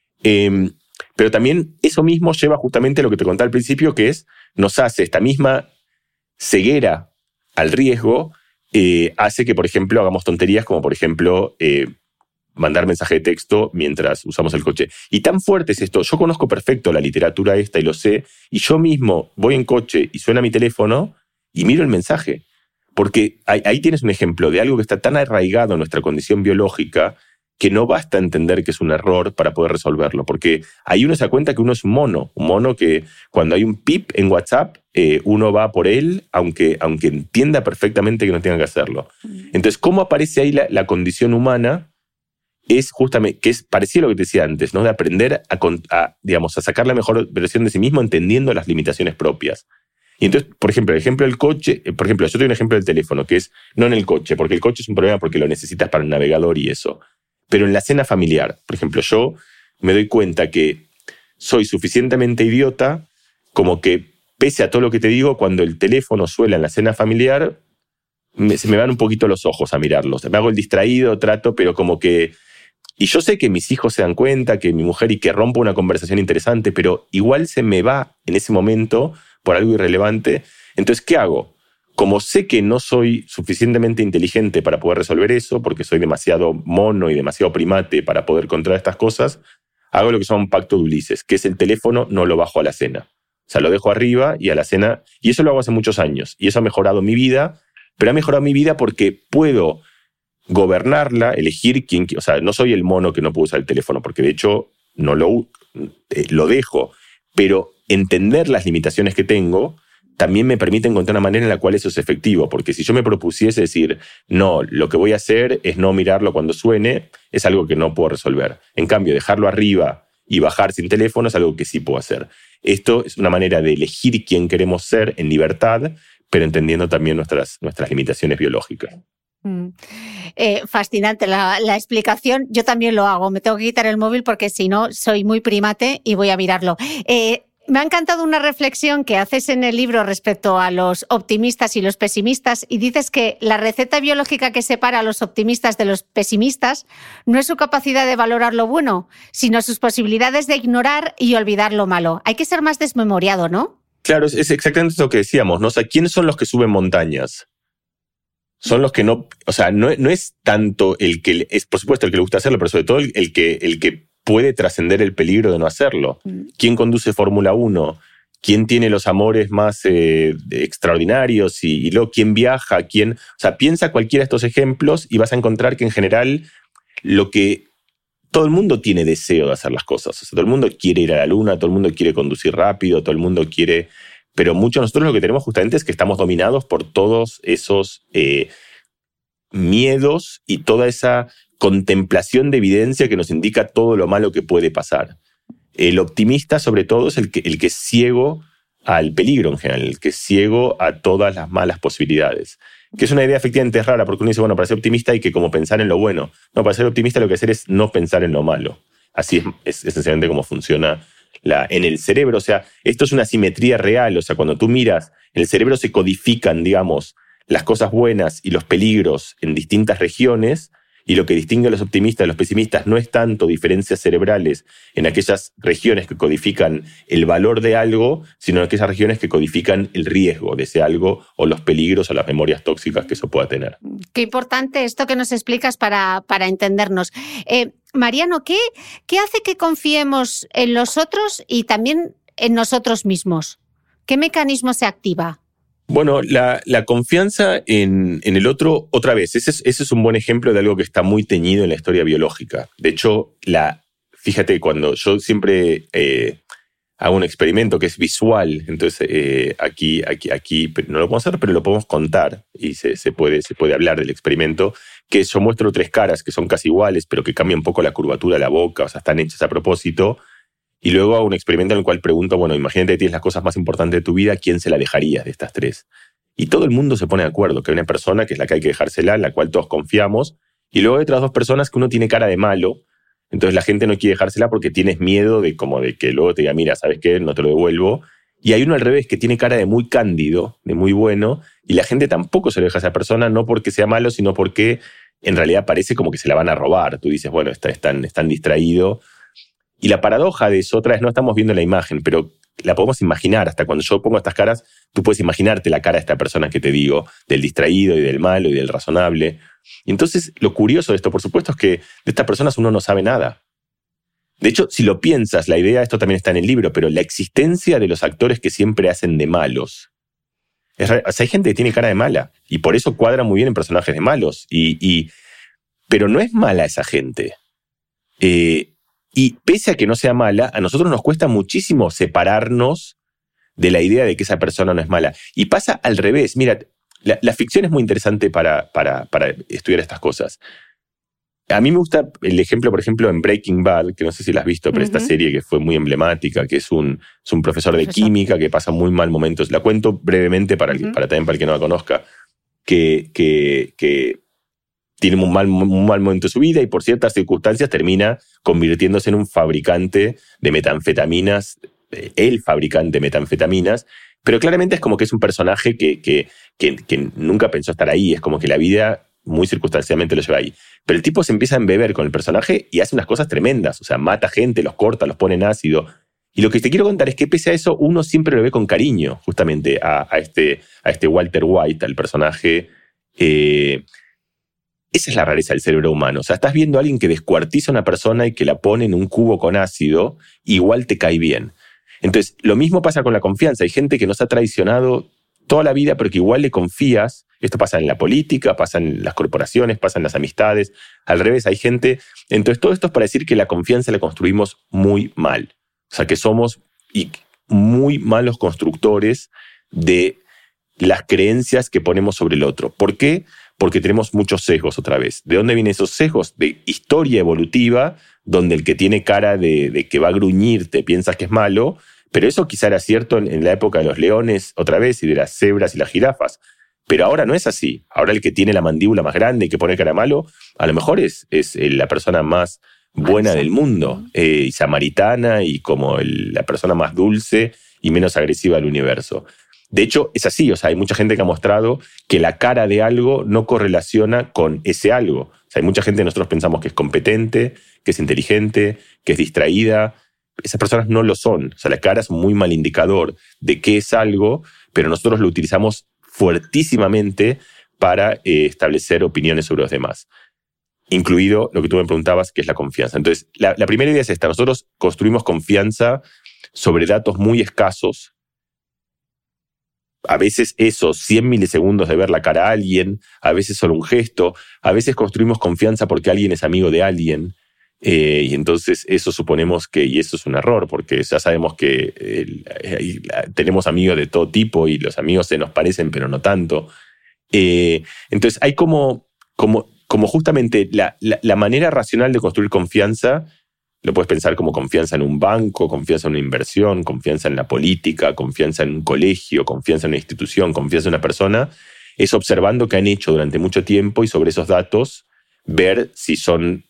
C: Pero también eso mismo lleva justamente a lo que te conté al principio, que es, nos hace esta misma ceguera al riesgo, hace que, por ejemplo, hagamos tonterías como, por ejemplo, mandar mensaje de texto mientras usamos el coche. Y tan fuerte es esto, yo conozco perfecto la literatura esta y lo sé, y yo mismo voy en coche y suena mi teléfono y miro el mensaje. Porque ahí tienes un ejemplo de algo que está tan arraigado en nuestra condición biológica que no basta entender que es un error para poder resolverlo, porque ahí uno se da cuenta que uno es un mono que cuando hay un pip en WhatsApp, uno va por él, aunque entienda perfectamente que no tenga que hacerlo. Entonces, ¿cómo aparece ahí la condición humana? Es justamente, que es parecido a lo que te decía antes, ¿no? De aprender a sacar la mejor versión de sí mismo entendiendo las limitaciones propias. Y entonces, por ejemplo, el ejemplo del coche, por ejemplo, yo tengo un ejemplo del teléfono, que es no en el coche, porque el coche es un problema porque lo necesitas para el navegador y eso. Pero en la cena familiar, por ejemplo, yo me doy cuenta que soy suficientemente idiota como que, pese a todo lo que te digo, cuando el teléfono suena en la cena familiar, se me van un poquito los ojos a mirarlos. Me hago el distraído, trato, pero como que... Y yo sé que mis hijos se dan cuenta, que mi mujer, y que rompo una conversación interesante, pero igual se me va en ese momento por algo irrelevante. Entonces, ¿qué hago? Como sé que no soy suficientemente inteligente para poder resolver eso, porque soy demasiado mono y demasiado primate para poder controlar estas cosas, hago lo que se llama un pacto de Ulises, que es el teléfono no lo bajo a la cena. O sea, lo dejo arriba y a la cena... Y eso lo hago hace muchos años. Y eso ha mejorado mi vida, pero ha mejorado mi vida porque puedo gobernarla, elegir quién... O sea, no soy el mono que no puede usar el teléfono, porque de hecho no lo dejo. Pero entender las limitaciones que tengo también me permite encontrar una manera en la cual eso es efectivo, porque si yo me propusiese decir, no, lo que voy a hacer es no mirarlo cuando suene, es algo que no puedo resolver. En cambio, dejarlo arriba y bajar sin teléfono es algo que sí puedo hacer. Esto es una manera de elegir quién queremos ser en libertad, pero entendiendo también nuestras limitaciones biológicas.
B: Fascinante la explicación. Yo también lo hago. Me tengo que quitar el móvil porque si no soy muy primate y voy a mirarlo. Me ha encantado una reflexión que haces en el libro respecto a los optimistas y los pesimistas, y dices que la receta biológica que separa a los optimistas de los pesimistas no es su capacidad de valorar lo bueno, sino sus posibilidades de ignorar y olvidar lo malo. Hay que ser más desmemoriado, ¿no?
C: Claro, es exactamente lo que decíamos, ¿no? O sea, ¿quiénes son los que suben montañas? Son los que no... O sea, no es tanto el que... Es, por supuesto, el que le gusta hacerlo, pero sobre todo el que puede trascender el peligro de no hacerlo. ¿Quién conduce Fórmula 1? ¿Quién tiene los amores más extraordinarios? Y luego, ¿quién viaja? O sea, piensa cualquiera de estos ejemplos y vas a encontrar que en general todo el mundo tiene deseo de hacer las cosas. O sea, todo el mundo quiere ir a la luna, todo el mundo quiere conducir rápido, todo el mundo quiere... Pero muchos de nosotros lo que tenemos justamente es que estamos dominados por todos esos miedos y toda esa contemplación de evidencia que nos indica todo lo malo que puede pasar. El optimista, sobre todo, es el que es ciego al peligro en general, el que es ciego a todas las malas posibilidades. Que es una idea efectivamente rara, porque uno dice, bueno, para ser optimista hay que como pensar en lo bueno. No, para ser optimista lo que hacer es no pensar en lo malo. Así es esencialmente como funciona en el cerebro. O sea, esto es una simetría real. O sea, cuando tú miras, en el cerebro se codifican, digamos, las cosas buenas y los peligros en distintas regiones, y lo que distingue a los optimistas de los pesimistas no es tanto diferencias cerebrales en aquellas regiones que codifican el valor de algo, sino en aquellas regiones que codifican el riesgo de ese algo o los peligros o las memorias tóxicas que eso pueda tener.
B: Qué importante esto que nos explicas para entendernos. Mariano, ¿qué hace que confiemos en los otros y también en nosotros mismos? ¿Qué mecanismo se activa?
C: Bueno, la confianza en el otro, otra vez, ese es un buen ejemplo de algo que está muy teñido en la historia biológica. De hecho, fíjate, cuando yo siempre hago un experimento que es visual, entonces aquí no lo podemos hacer, pero lo podemos contar y se puede hablar del experimento, que yo muestro 3 caras que son casi iguales, pero que cambian un poco la curvatura de la boca, o sea, están hechas a propósito. Y luego hago un experimento en el cual pregunto, bueno, imagínate que tienes las cosas más importantes de tu vida, ¿a quién se la dejarías de estas 3? Y todo el mundo se pone de acuerdo que hay una persona que es la que hay que dejársela, en la cual todos confiamos, y luego hay otras 2 personas que uno tiene cara de malo, entonces la gente no quiere dejársela porque tienes miedo de que luego te diga, mira, ¿sabes qué? No te lo devuelvo. Y hay uno al revés que tiene cara de muy cándido, de muy bueno, y la gente tampoco se lo deja a esa persona, no porque sea malo, sino porque en realidad parece como que se la van a robar. Tú dices, bueno, es tan distraído. Y la paradoja de eso, otra vez no estamos viendo la imagen, pero la podemos imaginar. Hasta cuando yo pongo estas caras, tú puedes imaginarte la cara de esta persona que te digo, del distraído y del malo y del razonable. Y entonces lo curioso de esto, por supuesto, es que de estas personas uno no sabe nada. De hecho, si lo piensas, la idea, esto también está en el libro, pero la existencia de los actores que siempre hacen de malos. O sea, hay gente que tiene cara de mala y por eso cuadra muy bien en personajes de malos. Pero no es mala esa gente. Y pese a que no sea mala, a nosotros nos cuesta muchísimo separarnos de la idea de que esa persona no es mala. Y pasa al revés. Mira, la ficción es muy interesante para estudiar estas cosas. A mí me gusta el ejemplo, por ejemplo, en Breaking Bad, que no sé si la has visto, pero esta serie que fue muy emblemática, que es un profesor de química que pasa muy mal momentos. La cuento brevemente para también para el que no la conozca, que tiene un mal momento de su vida y por ciertas circunstancias termina convirtiéndose en un fabricante de metanfetaminas, el fabricante de metanfetaminas, pero claramente es como que es un personaje que nunca pensó estar ahí, es como que la vida muy circunstancialmente lo lleva ahí. Pero el tipo se empieza a embeber con el personaje y hace unas cosas tremendas, o sea, mata gente, los corta, los pone en ácido. Y lo que te quiero contar es que pese a eso, uno siempre lo ve con cariño, justamente a este Walter White, al personaje. Esa es la rareza del cerebro humano. O sea, estás viendo a alguien que descuartiza a una persona y que la pone en un cubo con ácido, igual te cae bien. Entonces, lo mismo pasa con la confianza. Hay gente que nos ha traicionado toda la vida, pero que igual le confías. Esto pasa en la política, pasa en las corporaciones, pasa en las amistades. Al revés, hay gente. Entonces, todo esto es para decir que la confianza la construimos muy mal. O sea, que somos muy malos constructores de las creencias que ponemos sobre el otro. ¿Por qué? Porque tenemos muchos sesgos otra vez. ¿De dónde vienen esos sesgos? De historia evolutiva, donde el que tiene cara de que va a gruñirte piensas que es malo, pero eso quizá era cierto en la época de los leones otra vez y de las cebras y las jirafas. Pero ahora no es así. Ahora el que tiene la mandíbula más grande y que pone cara malo, a lo mejor es la persona más buena del mundo, y samaritana y como la persona más dulce y menos agresiva del universo. De hecho, es así. O sea, hay mucha gente que ha mostrado que la cara de algo no correlaciona con ese algo. O sea, hay mucha gente que nosotros pensamos que es competente, que es inteligente, que es distraída. Esas personas no lo son. O sea, la cara es un muy mal indicador de qué es algo, pero nosotros lo utilizamos fuertísimamente para establecer opiniones sobre los demás. Incluido lo que tú me preguntabas, que es la confianza. Entonces, la primera idea es esta. Nosotros construimos confianza sobre datos muy escasos. A veces esos 100 milisegundos de ver la cara a alguien, a veces solo un gesto, a veces construimos confianza porque alguien es amigo de alguien, y entonces eso suponemos y eso es un error, porque ya sabemos que tenemos amigos de todo tipo y los amigos se nos parecen, pero no tanto. Entonces hay como justamente la manera racional de construir confianza. Lo puedes pensar como confianza en un banco, confianza en una inversión, confianza en la política, confianza en un colegio, confianza en una institución, confianza en una persona. Es observando qué han hecho durante mucho tiempo y sobre esos datos ver si son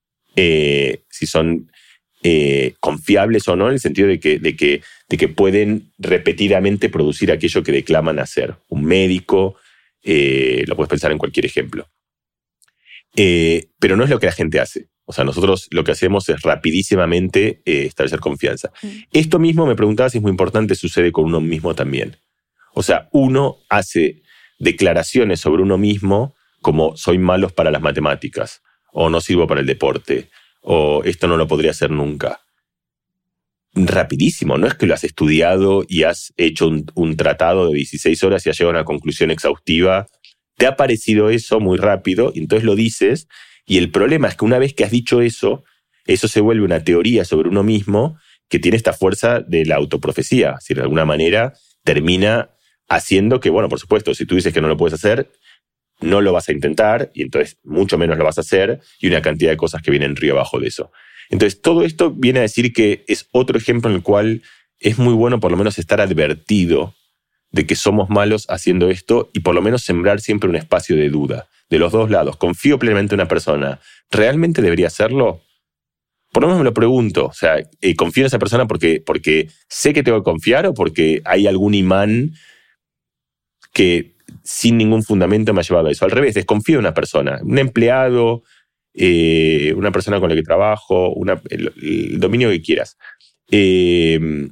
C: confiables o no, en el sentido de que pueden repetidamente producir aquello que declaman hacer. Un médico, Lo puedes pensar en cualquier ejemplo. Pero no es lo que la gente hace. O sea, nosotros lo que hacemos es rapidísimamente establecer confianza. Esto mismo, me preguntaba si es muy importante, sucede con uno mismo también. O sea, uno hace declaraciones sobre uno mismo como soy malo para las matemáticas, o no sirvo para el deporte, o esto no lo podría hacer nunca. Rapidísimo, no es que lo has estudiado y has hecho un tratado de 16 horas y has llegado a una conclusión exhaustiva. Te ha parecido eso muy rápido, y entonces lo dices, y el problema es que una vez que has dicho eso se vuelve una teoría sobre uno mismo que tiene esta fuerza de la autoprofecía. Es decir, de alguna manera termina haciendo que, bueno, por supuesto, si tú dices que no lo puedes hacer, no lo vas a intentar, y entonces mucho menos lo vas a hacer, y una cantidad de cosas que vienen río abajo de eso. Entonces, todo esto viene a decir que es otro ejemplo en el cual es muy bueno por lo menos estar advertido de que somos malos haciendo esto y por lo menos sembrar siempre un espacio de duda. De los dos lados, confío plenamente en una persona, ¿realmente debería hacerlo? Por lo menos me lo pregunto. O sea, ¿confío en esa persona porque sé que tengo que confiar o porque hay algún imán que sin ningún fundamento me ha llevado a eso? Al revés, desconfío de una persona, un empleado, una persona con la que trabajo, el dominio que quieras. El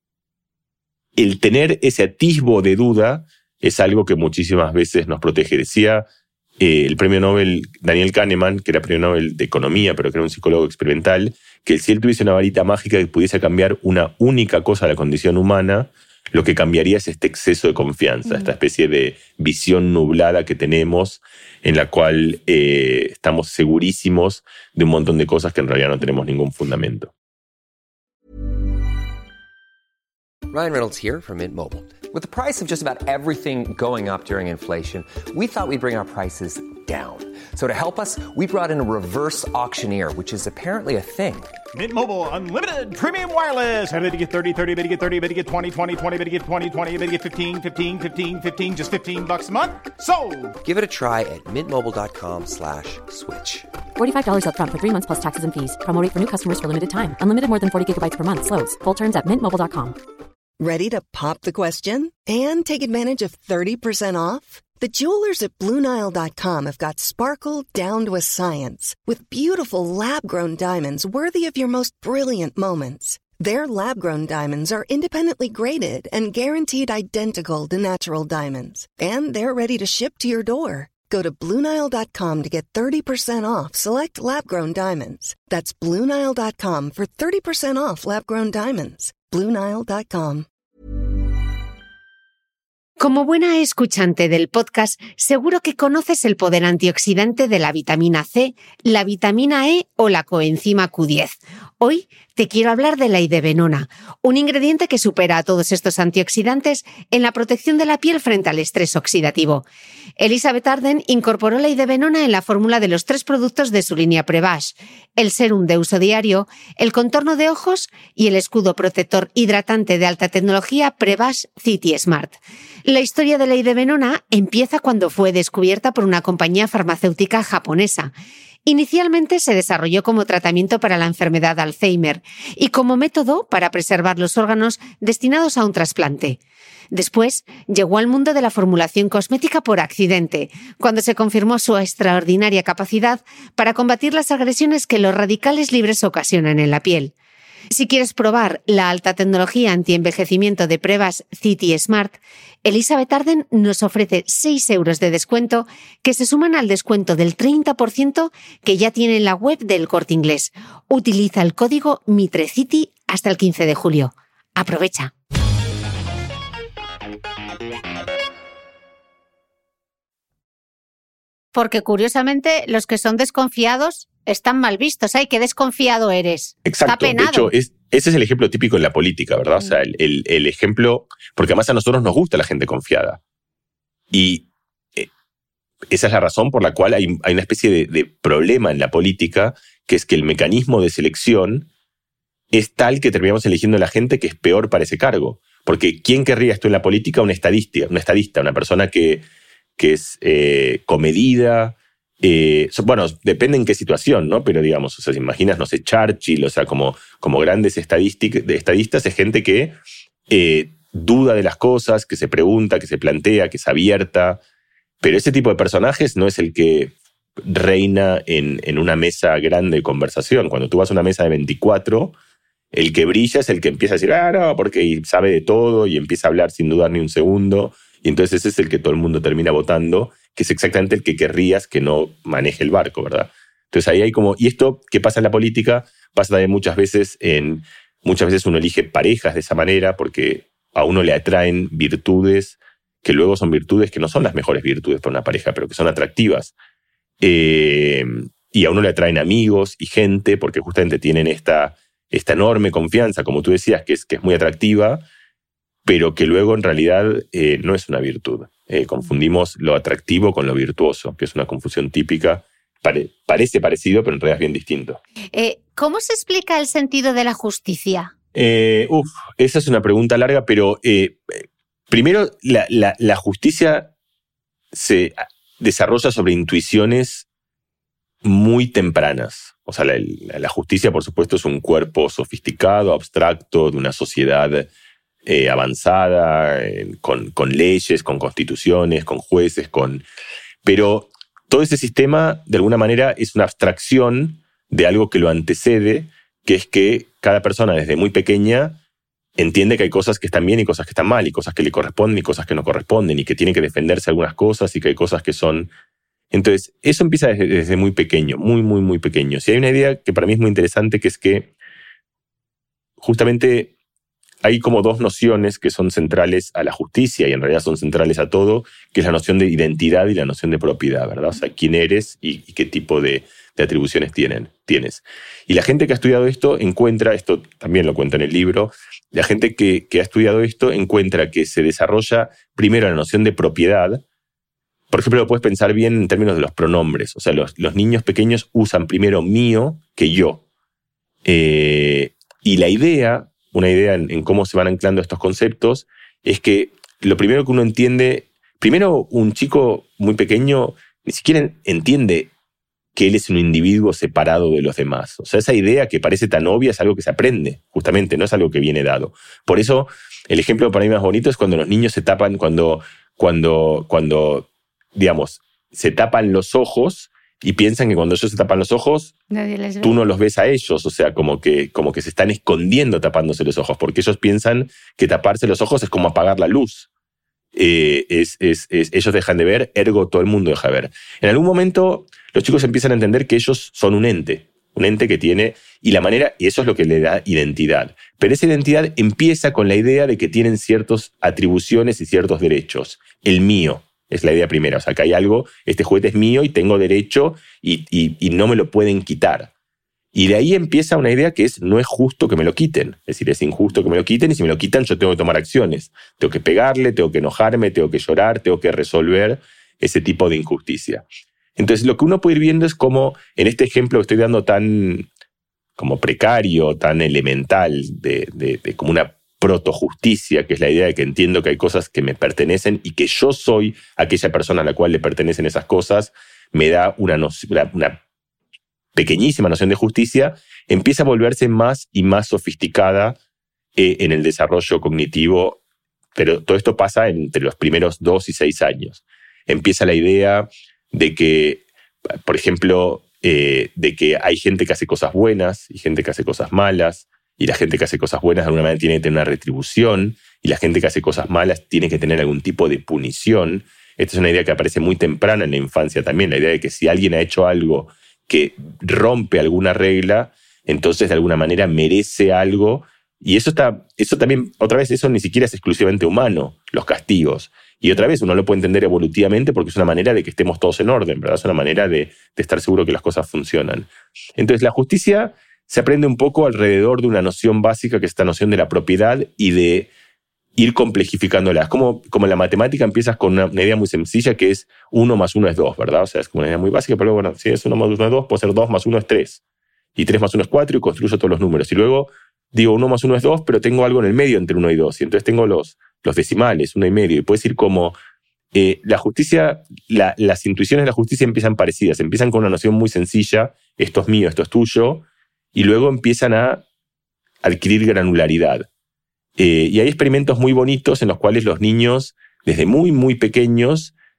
C: tener ese atisbo de duda es algo que muchísimas veces nos protege. Decía el premio Nobel Daniel Kahneman, que era premio Nobel de Economía, pero que era un psicólogo experimental, que si él tuviese una varita mágica que pudiese cambiar una única cosa de la condición humana, lo que cambiaría es este exceso de confianza, esta especie de visión nublada que tenemos en la cual estamos segurísimos de un montón de cosas que en realidad no tenemos ningún fundamento.
D: Ryan Reynolds here from Mint Mobile. With the price of just about everything going up during inflation, we thought we'd bring our prices down. So to help us, we brought in a reverse auctioneer, which is apparently a thing.
E: Mint Mobile Unlimited Premium Wireless. How to get 30, 30, how to get 30, how to get 20, 20, 20, how to get 20, 20, how to get 15, 15, 15, 15, just $15 a month? Sold!
D: Give it a try at mintmobile.com/switch.
F: $45 up front for 3 months plus taxes and fees. Promo rate for new customers for limited time. Unlimited more than 40 gigabytes per month. Slows full terms at mintmobile.com.
G: Ready to pop the question and take advantage of 30% off? The jewelers at BlueNile.com have got sparkle down to a science with beautiful lab-grown diamonds worthy of your most brilliant moments. Their lab-grown diamonds are independently graded and guaranteed identical to natural diamonds. And they're ready to ship to your door. Go to BlueNile.com to get 30% off select lab-grown diamonds. That's BlueNile.com for 30% off lab-grown diamonds. BlueNile.com.
B: Como buena escuchante del podcast, seguro que conoces el poder antioxidante de la vitamina C, la vitamina E o la coenzima Q10. Hoy te quiero hablar de la idebenona, un ingrediente que supera a todos estos antioxidantes en la protección de la piel frente al estrés oxidativo. Elizabeth Arden incorporó la idebenona en la fórmula de los 3 productos de su línea Prevash: el sérum de uso diario, el contorno de ojos y el escudo protector hidratante de alta tecnología Prevash City Smart. La historia de la idebenona empieza cuando fue descubierta por una compañía farmacéutica japonesa. Inicialmente se desarrolló como tratamiento para la enfermedad de Alzheimer y como método para preservar los órganos destinados a un trasplante. Después llegó al mundo de la formulación cosmética por accidente, cuando se confirmó su extraordinaria capacidad para combatir las agresiones que los radicales libres ocasionan en la piel. Si quieres probar la alta tecnología antienvejecimiento de Prevash City Smart, Elizabeth Arden nos ofrece 6 euros de descuento que se suman al descuento del 30% que ya tiene en la web del Corte Inglés. Utiliza el código MITRECITY hasta el 15 de julio. ¡Aprovecha! Porque curiosamente los que son desconfiados están mal vistos. ¡Ay, qué desconfiado eres!
C: Exacto.
B: Está penado.
C: De hecho, ese es el ejemplo típico en la política, ¿verdad? O sea, el ejemplo... Porque además a nosotros nos gusta la gente confiada. Y esa es la razón por la cual hay una especie de problema en la política, que es que el mecanismo de selección es tal que terminamos eligiendo a la gente que es peor para ese cargo. Porque ¿quién querría esto en la política? Un estadista, una persona que es comedida. Bueno, depende en qué situación, ¿no? Pero digamos, o sea, si imaginas, no sé, Churchill, o sea, como grandes estadistas, es gente que duda de las cosas, que se pregunta, que se plantea, que es abierta. Pero ese tipo de personajes no es el que reina en una mesa grande de conversación. Cuando tú vas a una mesa de 24, el que brilla es el que empieza a decir, no, porque sabe de todo y empieza a hablar sin dudar ni un segundo. Y entonces ese es el que todo el mundo termina votando, que es exactamente el que querrías que no maneje el barco, ¿verdad? Entonces ahí hay como... Y esto que pasa en la política pasa también muchas veces uno elige parejas de esa manera porque a uno le atraen virtudes que luego son virtudes que no son las mejores virtudes para una pareja, pero que son atractivas. Y a uno le atraen amigos y gente porque justamente tienen esta enorme confianza, como tú decías, que es muy atractiva, pero que luego en realidad no es una virtud. Confundimos lo atractivo con lo virtuoso, que es una confusión típica. Parece parecido, pero en realidad es bien distinto.
B: ¿Cómo se explica el sentido de la justicia?
C: Esa es una pregunta larga, pero primero la justicia se desarrolla sobre intuiciones muy tempranas. O sea, la justicia, por supuesto, es un cuerpo sofisticado, abstracto, de una sociedad avanzada, con leyes, con constituciones, con jueces, pero todo ese sistema, de alguna manera, es una abstracción de algo que lo antecede, que es que cada persona desde muy pequeña entiende que hay cosas que están bien y cosas que están mal, y cosas que le corresponden y cosas que no corresponden, y que tiene que defenderse algunas cosas y que hay cosas que son... Entonces, eso empieza desde muy pequeño, muy, muy, muy pequeño. Si hay una idea que para mí es muy interesante, que es que justamente hay como dos nociones que son centrales a la justicia y en realidad son centrales a todo, que es la noción de identidad y la noción de propiedad, ¿verdad? O sea, quién eres y qué tipo de atribuciones tienes. Y la gente que ha estudiado esto encuentra, esto también lo cuento en el libro, la gente que ha estudiado esto encuentra que se desarrolla primero la noción de propiedad. Por ejemplo, lo puedes pensar bien en términos de los pronombres. O sea, los niños pequeños usan primero mío que yo. Y la idea, una idea en cómo se van anclando estos conceptos, es que lo primero que uno entiende, primero un chico muy pequeño ni siquiera entiende que él es un individuo separado de los demás. O sea, esa idea que parece tan obvia es algo que se aprende, justamente, no es algo que viene dado. Por eso, el ejemplo para mí más bonito es cuando los niños se tapan, cuando digamos, se tapan los ojos y piensan que cuando ellos se tapan los ojos, tú no los ves a ellos. O sea, como que se están escondiendo tapándose los ojos, porque ellos piensan que taparse los ojos es como apagar la luz. Ellos dejan de ver, ergo todo el mundo deja de ver. En algún momento los chicos empiezan a entender que ellos son un ente que tiene, y eso es lo que le da identidad. Pero esa identidad empieza con la idea de que tienen ciertas atribuciones y ciertos derechos. El mío es la idea primera, o sea, que hay algo, este juguete es mío y tengo derecho y no me lo pueden quitar. Y de ahí empieza una idea que no es justo que me lo quiten. Es decir, es injusto que me lo quiten, y si me lo quitan yo tengo que tomar acciones. Tengo que pegarle, tengo que enojarme, tengo que llorar, tengo que resolver ese tipo de injusticia. Entonces, lo que uno puede ir viendo es cómo, en este ejemplo que estoy dando tan como precario, tan elemental, de como una protojusticia, que es la idea de que entiendo que hay cosas que me pertenecen y que yo soy aquella persona a la cual le pertenecen esas cosas, me da una pequeñísima noción de justicia, empieza a volverse más y más sofisticada en el desarrollo cognitivo, pero todo esto pasa entre los primeros 2 y 6 años. Empieza la idea de que, por ejemplo, de que hay gente que hace cosas buenas y gente que hace cosas malas, y la gente que hace cosas buenas de alguna manera tiene que tener una retribución, y la gente que hace cosas malas tiene que tener algún tipo de punición. Esta es una idea que aparece muy temprana en la infancia también, la idea de que si alguien ha hecho algo que rompe alguna regla, entonces de alguna manera merece algo. Y eso también, otra vez, eso ni siquiera es exclusivamente humano, los castigos. Y otra vez, uno lo puede entender evolutivamente porque es una manera de que estemos todos en orden, ¿verdad? Es una manera de estar seguro que las cosas funcionan. Entonces, la justicia se aprende un poco alrededor de una noción básica, que es esta noción de la propiedad y de ir complejificándola. Es como en la matemática empiezas con una idea muy sencilla, que es 1 más 1 es 2, ¿verdad? O sea, es como una idea muy básica, pero bueno, si es 1 más 1 es 2, puede ser 2 más 1 es 3. Y 3 más 1 es 4 y construyo todos los números. Y luego digo 1 más 1 es 2, pero tengo algo en el medio entre 1 y 2. Y entonces tengo los decimales, 1 y medio. Y puedes ir como... la justicia, las intuiciones de la justicia empiezan parecidas. Empiezan con una noción muy sencilla, esto es mío, esto es tuyo. Y luego empiezan a adquirir granularidad. Y hay experimentos muy bonitos en los cuales los niños, desde muy, muy pequeños,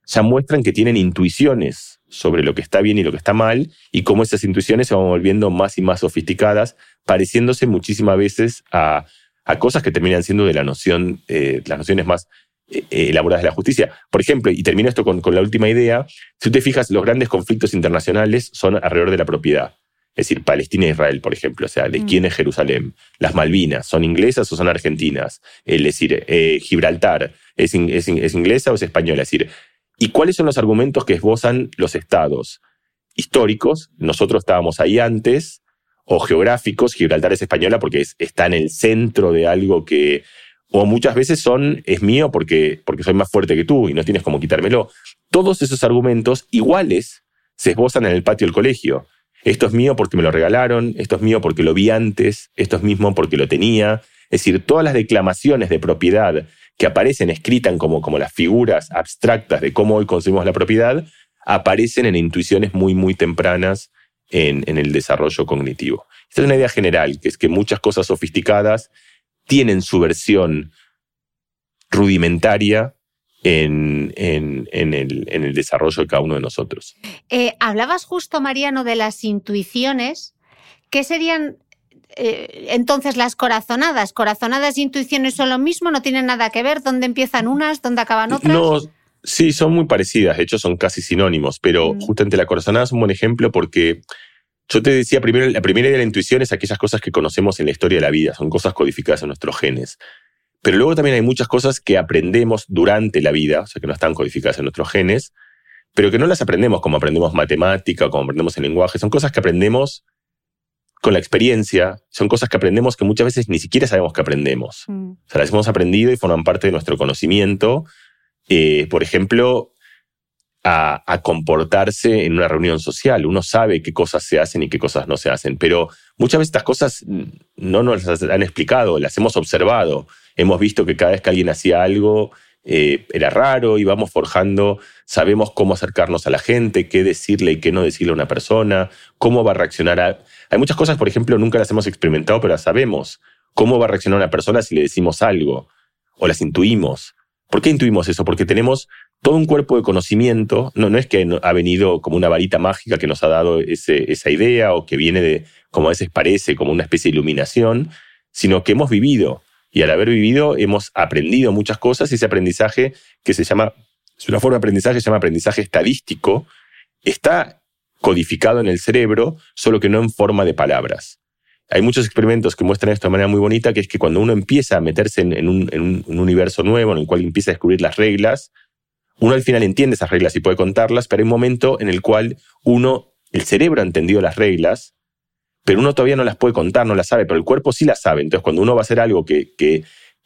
C: ya muestran que tienen intuiciones sobre lo que está bien y lo que está mal, y cómo esas intuiciones se van volviendo más y más sofisticadas, pareciéndose muchísimas veces a cosas que terminan siendo de las nociones más elaboradas de la justicia. Por ejemplo, y termino esto con la última idea, si tú te fijas, los grandes conflictos internacionales son alrededor de la propiedad. Es decir, Palestina e Israel, por ejemplo. O sea, ¿de quién es Jerusalén? Las Malvinas, ¿son inglesas o son argentinas? Es decir, Gibraltar, ¿es inglesa o es española? Es decir, ¿y cuáles son los argumentos que esbozan los estados históricos? Nosotros estábamos ahí antes, o geográficos. Gibraltar es española porque está en el centro de algo que... O muchas veces es mío porque soy más fuerte que tú y no tienes cómo quitármelo. Todos esos argumentos iguales se esbozan en el patio del colegio. Esto es mío porque me lo regalaron, esto es mío porque lo vi antes, esto es mismo porque lo tenía. Es decir, todas las declamaciones de propiedad que aparecen escritas como las figuras abstractas de cómo hoy concebimos la propiedad, aparecen en intuiciones muy, muy tempranas en el desarrollo cognitivo. Esta es una idea general, que es que muchas cosas sofisticadas tienen su versión rudimentaria en el desarrollo de cada uno de nosotros.
B: Hablabas justo, Mariano, de las intuiciones. ¿Qué serían entonces las corazonadas? ¿Corazonadas e intuiciones son lo mismo? ¿No tienen nada que ver? ¿Dónde empiezan unas? ¿Dónde acaban otras?
C: No, sí, son muy parecidas. De hecho, son casi sinónimos. Pero justamente la corazonada es un buen ejemplo porque yo te decía primero, la primera idea de la intuición es aquellas cosas que conocemos en la historia de la vida. Son cosas codificadas en nuestros genes. Pero luego también hay muchas cosas que aprendemos durante la vida, o sea, que no están codificadas en nuestros genes, pero que no las aprendemos como aprendemos matemática o como aprendemos el lenguaje. Son cosas que aprendemos con la experiencia, son cosas que aprendemos que muchas veces ni siquiera sabemos que aprendemos. O sea, las hemos aprendido y forman parte de nuestro conocimiento. Por ejemplo, a comportarse en una reunión social. Uno sabe qué cosas se hacen y qué cosas no se hacen, pero muchas veces estas cosas no nos las han explicado, las hemos observado. Hemos visto que cada vez que alguien hacía algo era raro y vamos forjando, sabemos cómo acercarnos a la gente, qué decirle y qué no decirle a una persona, cómo va a reaccionar. Hay muchas cosas, por ejemplo, nunca las hemos experimentado, pero las sabemos. Cómo va a reaccionar una persona si le decimos algo o las intuimos. ¿Por qué intuimos eso? Porque tenemos todo un cuerpo de conocimiento. No es que ha venido como una varita mágica que nos ha dado esa idea o que viene de, como a veces parece, como una especie de iluminación, sino que hemos vivido. Y al haber vivido hemos aprendido muchas cosas y ese aprendizaje que es una forma de aprendizaje que se llama aprendizaje estadístico, está codificado en el cerebro, solo que no en forma de palabras. Hay muchos experimentos que muestran esto de manera muy bonita, que es que cuando uno empieza a meterse en un universo nuevo, en el cual empieza a descubrir las reglas, uno al final entiende esas reglas y puede contarlas, pero hay un momento en el cual el cerebro ha entendido las reglas, pero uno todavía no las puede contar, no las sabe, pero el cuerpo sí las sabe. Entonces, cuando uno va a hacer algo que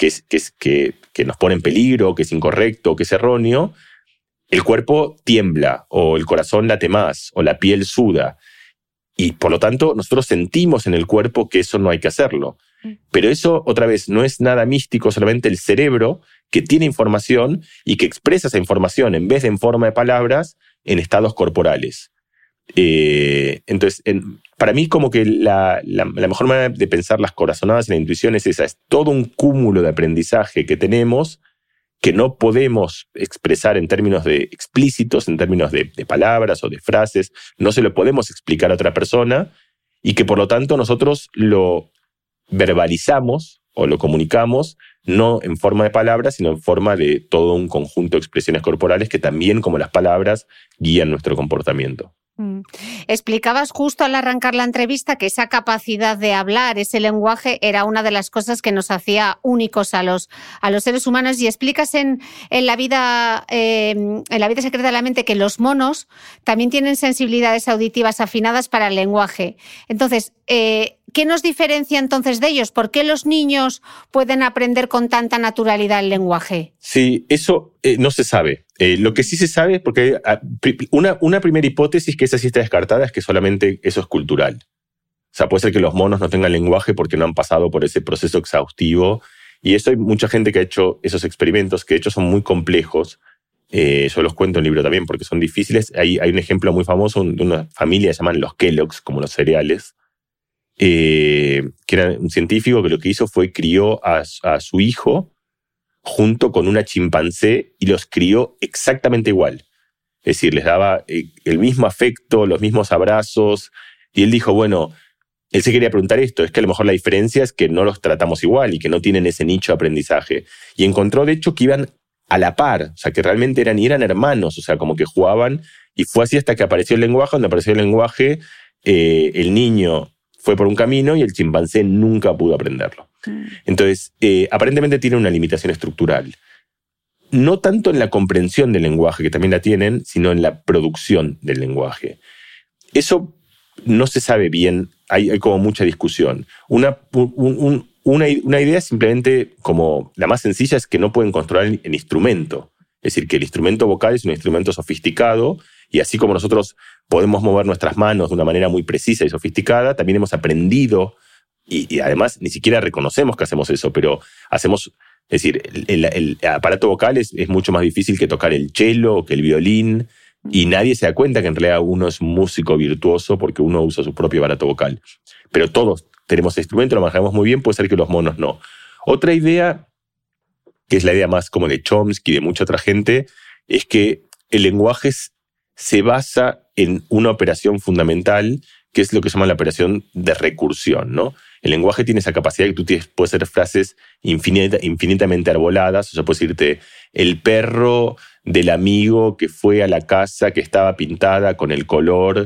C: nos pone en peligro, que es incorrecto, que es erróneo, el cuerpo tiembla, o el corazón late más, o la piel suda. Y por lo tanto, nosotros sentimos en el cuerpo que eso no hay que hacerlo. Pero eso, otra vez, no es nada místico, solamente el cerebro que tiene información y que expresa esa información, en vez de en forma de palabras, en estados corporales. Entonces, para mí como que la mejor manera de pensar las corazonadas y la intuición es esa, es todo un cúmulo de aprendizaje que tenemos que no podemos expresar en términos explícitos, en términos de palabras o de frases, no se lo podemos explicar a otra persona y que por lo tanto nosotros lo verbalizamos o lo comunicamos no en forma de palabras, sino en forma de todo un conjunto de expresiones corporales que también, como las palabras, guían nuestro comportamiento.
B: Explicabas justo al arrancar la entrevista que esa capacidad de hablar, ese lenguaje, era una de las cosas que nos hacía únicos a los seres humanos, y explicas en la vida secreta de la mente que los monos también tienen sensibilidades auditivas afinadas para el lenguaje. Entonces, ¿qué nos diferencia entonces de ellos? ¿Por qué los niños pueden aprender con tanta naturalidad el lenguaje?
C: Sí, eso no se sabe. Lo que sí se sabe es porque una primera hipótesis, que esa sí está descartada, es que solamente eso es cultural. O sea, puede ser que los monos no tengan lenguaje porque no han pasado por ese proceso exhaustivo. Y eso hay mucha gente que ha hecho esos experimentos, que de hecho son muy complejos. Yo los cuento en el libro también porque son difíciles. Hay un ejemplo muy famoso de una familia que se llaman los Kellogg's, como los cereales, que era un científico que lo que hizo fue crió a su hijo junto con una chimpancé y los crió exactamente igual. Es decir, les daba el mismo afecto, los mismos abrazos. Y él dijo, bueno, él se quería preguntar esto, es que a lo mejor la diferencia es que no los tratamos igual y que no tienen ese nicho de aprendizaje. Y encontró, de hecho, que iban a la par, o sea, que realmente eran hermanos, o sea, como que jugaban. Y fue así hasta que apareció el lenguaje. Cuando apareció el lenguaje, el niño fue por un camino y el chimpancé nunca pudo aprenderlo. Entonces, aparentemente tiene una limitación estructural. No tanto en la comprensión del lenguaje, que también la tienen, sino en la producción del lenguaje. Eso no se sabe bien, hay como mucha discusión. Una idea simplemente, como la más sencilla, es que no pueden controlar el instrumento. Es decir, que el instrumento vocal es un instrumento sofisticado y así como nosotros podemos mover nuestras manos de una manera muy precisa y sofisticada, también hemos aprendido y además ni siquiera reconocemos que hacemos eso, pero hacemos... Es decir, el aparato vocal es mucho más difícil que tocar el cello o que el violín, y nadie se da cuenta que en realidad uno es un músico virtuoso porque uno usa su propio aparato vocal. Pero todos tenemos ese instrumento, lo manejamos muy bien, puede ser que los monos no. Otra idea, que es la idea más como de Chomsky y de mucha otra gente, es que el lenguaje se basa en una operación fundamental, que es lo que se llama la operación de recursión, ¿no? El lenguaje tiene esa capacidad que tú puedes hacer frases infinitamente arboladas. O sea, puedes decirte, el perro del amigo que fue a la casa que estaba pintada con el color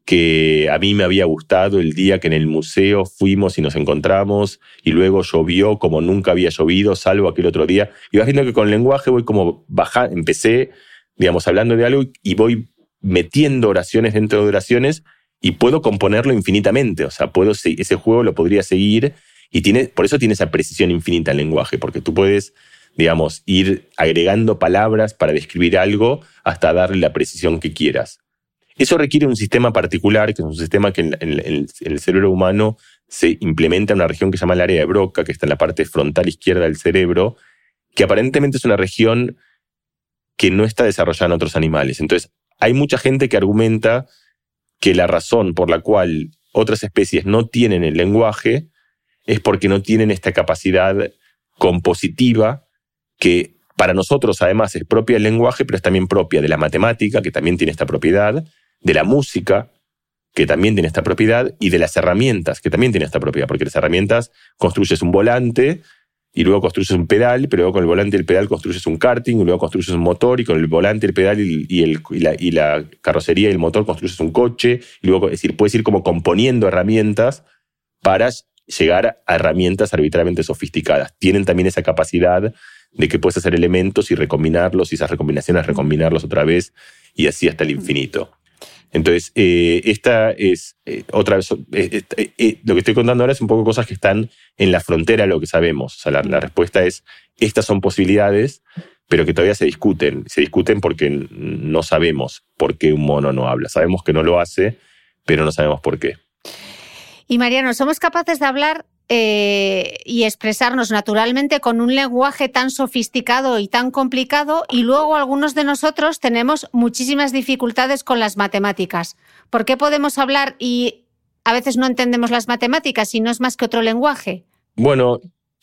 C: que a mí me había gustado el día que en el museo fuimos y nos encontramos y luego llovió como nunca había llovido, salvo aquel otro día. Y vas viendo que con el lenguaje voy como bajando, empecé, digamos, hablando de algo y voy metiendo oraciones dentro de oraciones y puedo componerlo infinitamente. O sea, ese juego lo podría seguir y por eso tiene esa precisión infinita el lenguaje, porque tú puedes, digamos, ir agregando palabras para describir algo hasta darle la precisión que quieras. Eso requiere un sistema particular, que es un sistema que en el cerebro humano se implementa en una región que se llama el área de Broca, que está en la parte frontal izquierda del cerebro, que aparentemente es una región que no está desarrollada en otros animales. Entonces, hay mucha gente que argumenta que la razón por la cual otras especies no tienen el lenguaje es porque no tienen esta capacidad compositiva que para nosotros además es propia del lenguaje, pero es también propia de la matemática, que también tiene esta propiedad, de la música, que también tiene esta propiedad, y de las herramientas, que también tiene esta propiedad, porque las herramientas construyes un volante y luego construyes un pedal, pero luego con el volante y el pedal construyes un karting, y luego construyes un motor, y con el volante, el pedal y la carrocería y el motor construyes un coche, y luego, es decir, puedes ir como componiendo herramientas para llegar a herramientas arbitrariamente sofisticadas. Tienen también esa capacidad de que puedes hacer elementos y recombinarlos, y esas recombinaciones recombinarlos otra vez, y así hasta el infinito. Entonces, esta es otra vez. Lo que estoy contando ahora es un poco cosas que están en la frontera de lo que sabemos. O sea, la respuesta es: estas son posibilidades, pero que todavía se discuten. Se discuten porque no sabemos por qué un mono no habla. Sabemos que no lo hace, pero no sabemos por qué.
B: Y Mariano, ¿somos capaces de hablar y expresarnos naturalmente con un lenguaje tan sofisticado y tan complicado, y luego algunos de nosotros tenemos muchísimas dificultades con las matemáticas? ¿Por qué podemos hablar y a veces no entendemos las matemáticas y no es más que otro lenguaje?
C: Bueno,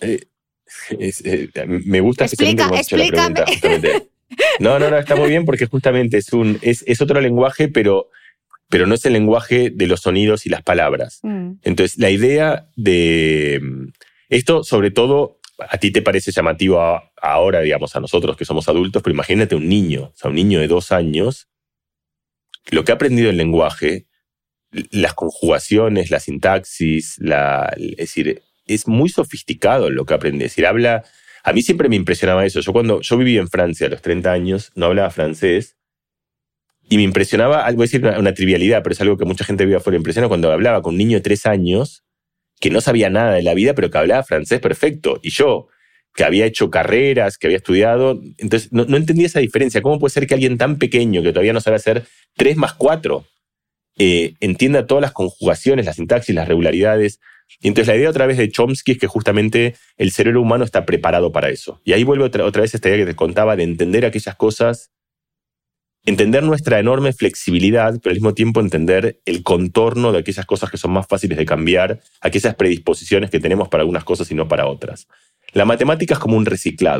C: me gusta especialmente cómo has hecho la pregunta. Justamente. No, está muy bien porque justamente es otro lenguaje, pero no es el lenguaje de los sonidos y las palabras. Entonces, la idea de esto, sobre todo, a ti te parece llamativo ahora, digamos, a nosotros que somos adultos, pero imagínate un niño, o sea, un niño de 2 años, lo que ha aprendido el lenguaje, las conjugaciones, la sintaxis, es decir, es muy sofisticado lo que aprende. Es decir, a mí siempre me impresionaba eso. Yo viví en Francia a los 30 años, no hablaba francés, y me impresionaba, voy a decir una trivialidad, pero es algo que mucha gente vive afuera, impresiona cuando hablaba con un niño de 3 años que no sabía nada de la vida, pero que hablaba francés perfecto. Y yo, que había hecho carreras, que había estudiado, entonces no entendía esa diferencia. ¿Cómo puede ser que alguien tan pequeño, que todavía no sabe hacer 3 más 4, entienda todas las conjugaciones, la sintaxis, las regularidades? Y entonces la idea otra vez de Chomsky es que justamente el cerebro humano está preparado para eso. Y ahí vuelve otra vez esta idea que te contaba de entender aquellas cosas, entender nuestra enorme flexibilidad, pero al mismo tiempo entender el contorno de aquellas cosas que son más fáciles de cambiar, aquellas predisposiciones que tenemos para algunas cosas y no para otras. La matemática es como un reciclado.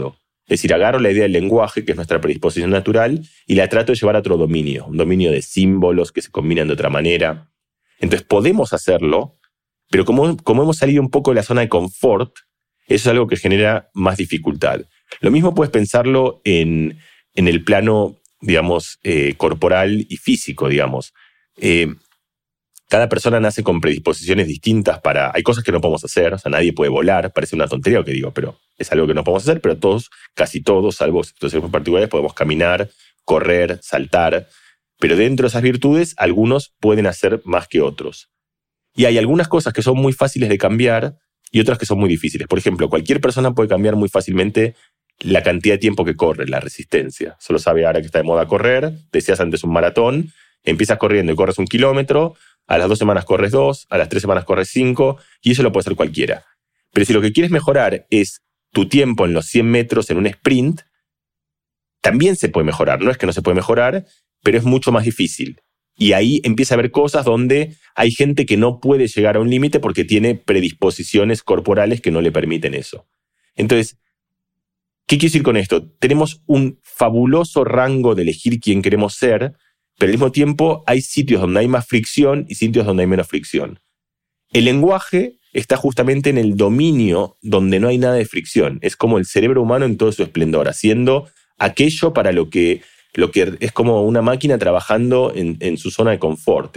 C: Es decir, agarro la idea del lenguaje, que es nuestra predisposición natural, y la trato de llevar a otro dominio, un dominio de símbolos que se combinan de otra manera. Entonces podemos hacerlo, pero como hemos salido un poco de la zona de confort, eso es algo que genera más dificultad. Lo mismo puedes pensarlo en el plano, digamos, corporal y físico, digamos. Cada persona nace con predisposiciones distintas hay cosas que no podemos hacer, o sea, nadie puede volar, parece una tontería lo que digo, pero es algo que no podemos hacer, pero todos, casi todos, salvo situaciones muy particulares, podemos caminar, correr, saltar, pero dentro de esas virtudes, algunos pueden hacer más que otros. Y hay algunas cosas que son muy fáciles de cambiar y otras que son muy difíciles. Por ejemplo, cualquier persona puede cambiar muy fácilmente la cantidad de tiempo que corre, la resistencia. Solo sabe ahora que está de moda correr, decías antes un maratón, empiezas corriendo y corres 1 kilómetro, a las 2 semanas corres 2, a las 3 semanas corres 5, y eso lo puede hacer cualquiera. Pero si lo que quieres mejorar es tu tiempo en los 100 metros en un sprint, también se puede mejorar. No es que no se puede mejorar, pero es mucho más difícil. Y ahí empieza a haber cosas donde hay gente que no puede llegar a un límite porque tiene predisposiciones corporales que no le permiten eso. Entonces, ¿qué quiero decir con esto? Tenemos un fabuloso rango de elegir quién queremos ser, pero al mismo tiempo hay sitios donde hay más fricción y sitios donde hay menos fricción. El lenguaje está justamente en el dominio donde no hay nada de fricción. Es como el cerebro humano en todo su esplendor, haciendo aquello para lo que es como una máquina trabajando en su zona de confort.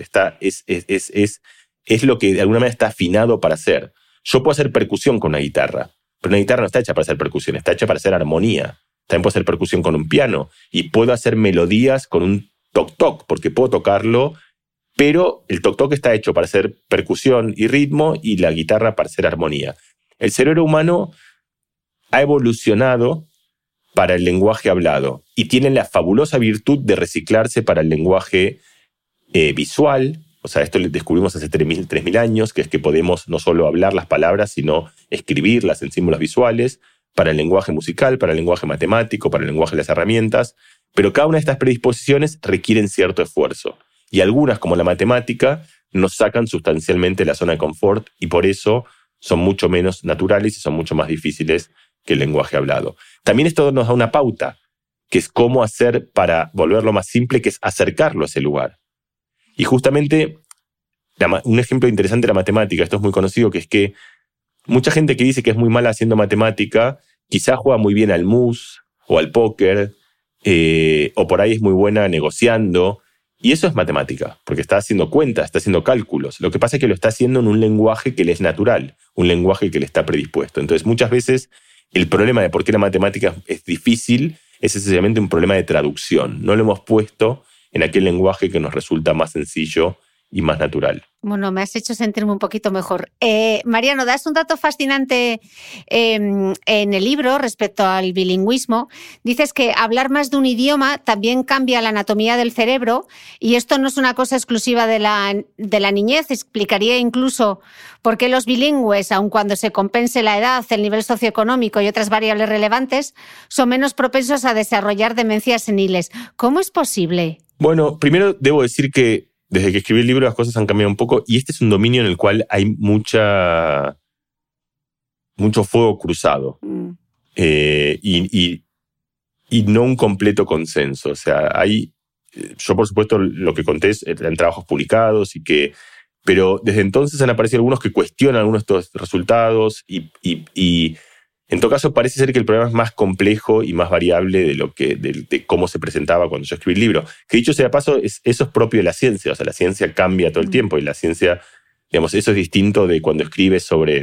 C: Es lo que de alguna manera está afinado para hacer. Yo puedo hacer percusión con una guitarra, pero una guitarra no está hecha para hacer percusión, está hecha para hacer armonía. También puedo hacer percusión con un piano y puedo hacer melodías con un toc-toc, porque puedo tocarlo, pero el toc-toc está hecho para hacer percusión y ritmo y la guitarra para hacer armonía. El cerebro humano ha evolucionado para el lenguaje hablado y tiene la fabulosa virtud de reciclarse para el lenguaje visual. O sea, esto lo descubrimos hace 3.000 años, que es que podemos no solo hablar las palabras, sino escribirlas en símbolos visuales, para el lenguaje musical, para el lenguaje matemático, para el lenguaje de las herramientas. Pero cada una de estas predisposiciones requieren cierto esfuerzo. Y algunas, como la matemática, nos sacan sustancialmente de la zona de confort y por eso son mucho menos naturales y son mucho más difíciles que el lenguaje hablado. También esto nos da una pauta, que es cómo hacer para volverlo más simple, que es acercarlo a ese lugar. Y justamente, un ejemplo interesante de la matemática, esto es muy conocido, que es que mucha gente que dice que es muy mala haciendo matemática, quizás juega muy bien al mus o al póker, o por ahí es muy buena negociando, y eso es matemática, porque está haciendo cuentas, está haciendo cálculos. Lo que pasa es que lo está haciendo en un lenguaje que le es natural, un lenguaje que le está predispuesto. Entonces, muchas veces, el problema de por qué la matemática es difícil es sencillamente un problema de traducción. No lo hemos puesto en aquel lenguaje que nos resulta más sencillo y más natural.
B: Bueno, me has hecho sentirme un poquito mejor. Mariano, das un dato fascinante en el libro respecto al bilingüismo. Dices que hablar más de un idioma también cambia la anatomía del cerebro y esto no es una cosa exclusiva de la niñez. Explicaría incluso por qué los bilingües, aun cuando se compense la edad, el nivel socioeconómico y otras variables relevantes, son menos propensos a desarrollar demencias seniles. ¿Cómo es posible?
C: Bueno, primero debo decir que desde que escribí el libro las cosas han cambiado un poco y este es un dominio en el cual hay mucho fuego cruzado y no un completo consenso. O sea, yo por supuesto lo que conté eran trabajos publicados pero desde entonces han aparecido algunos que cuestionan algunos de estos resultados y en todo caso parece ser que el problema es más complejo y más variable de cómo se presentaba cuando yo escribí el libro. Que dicho sea de paso, eso es propio de la ciencia. O sea, la ciencia cambia todo el tiempo y la ciencia, digamos, eso es distinto de cuando escribes sobre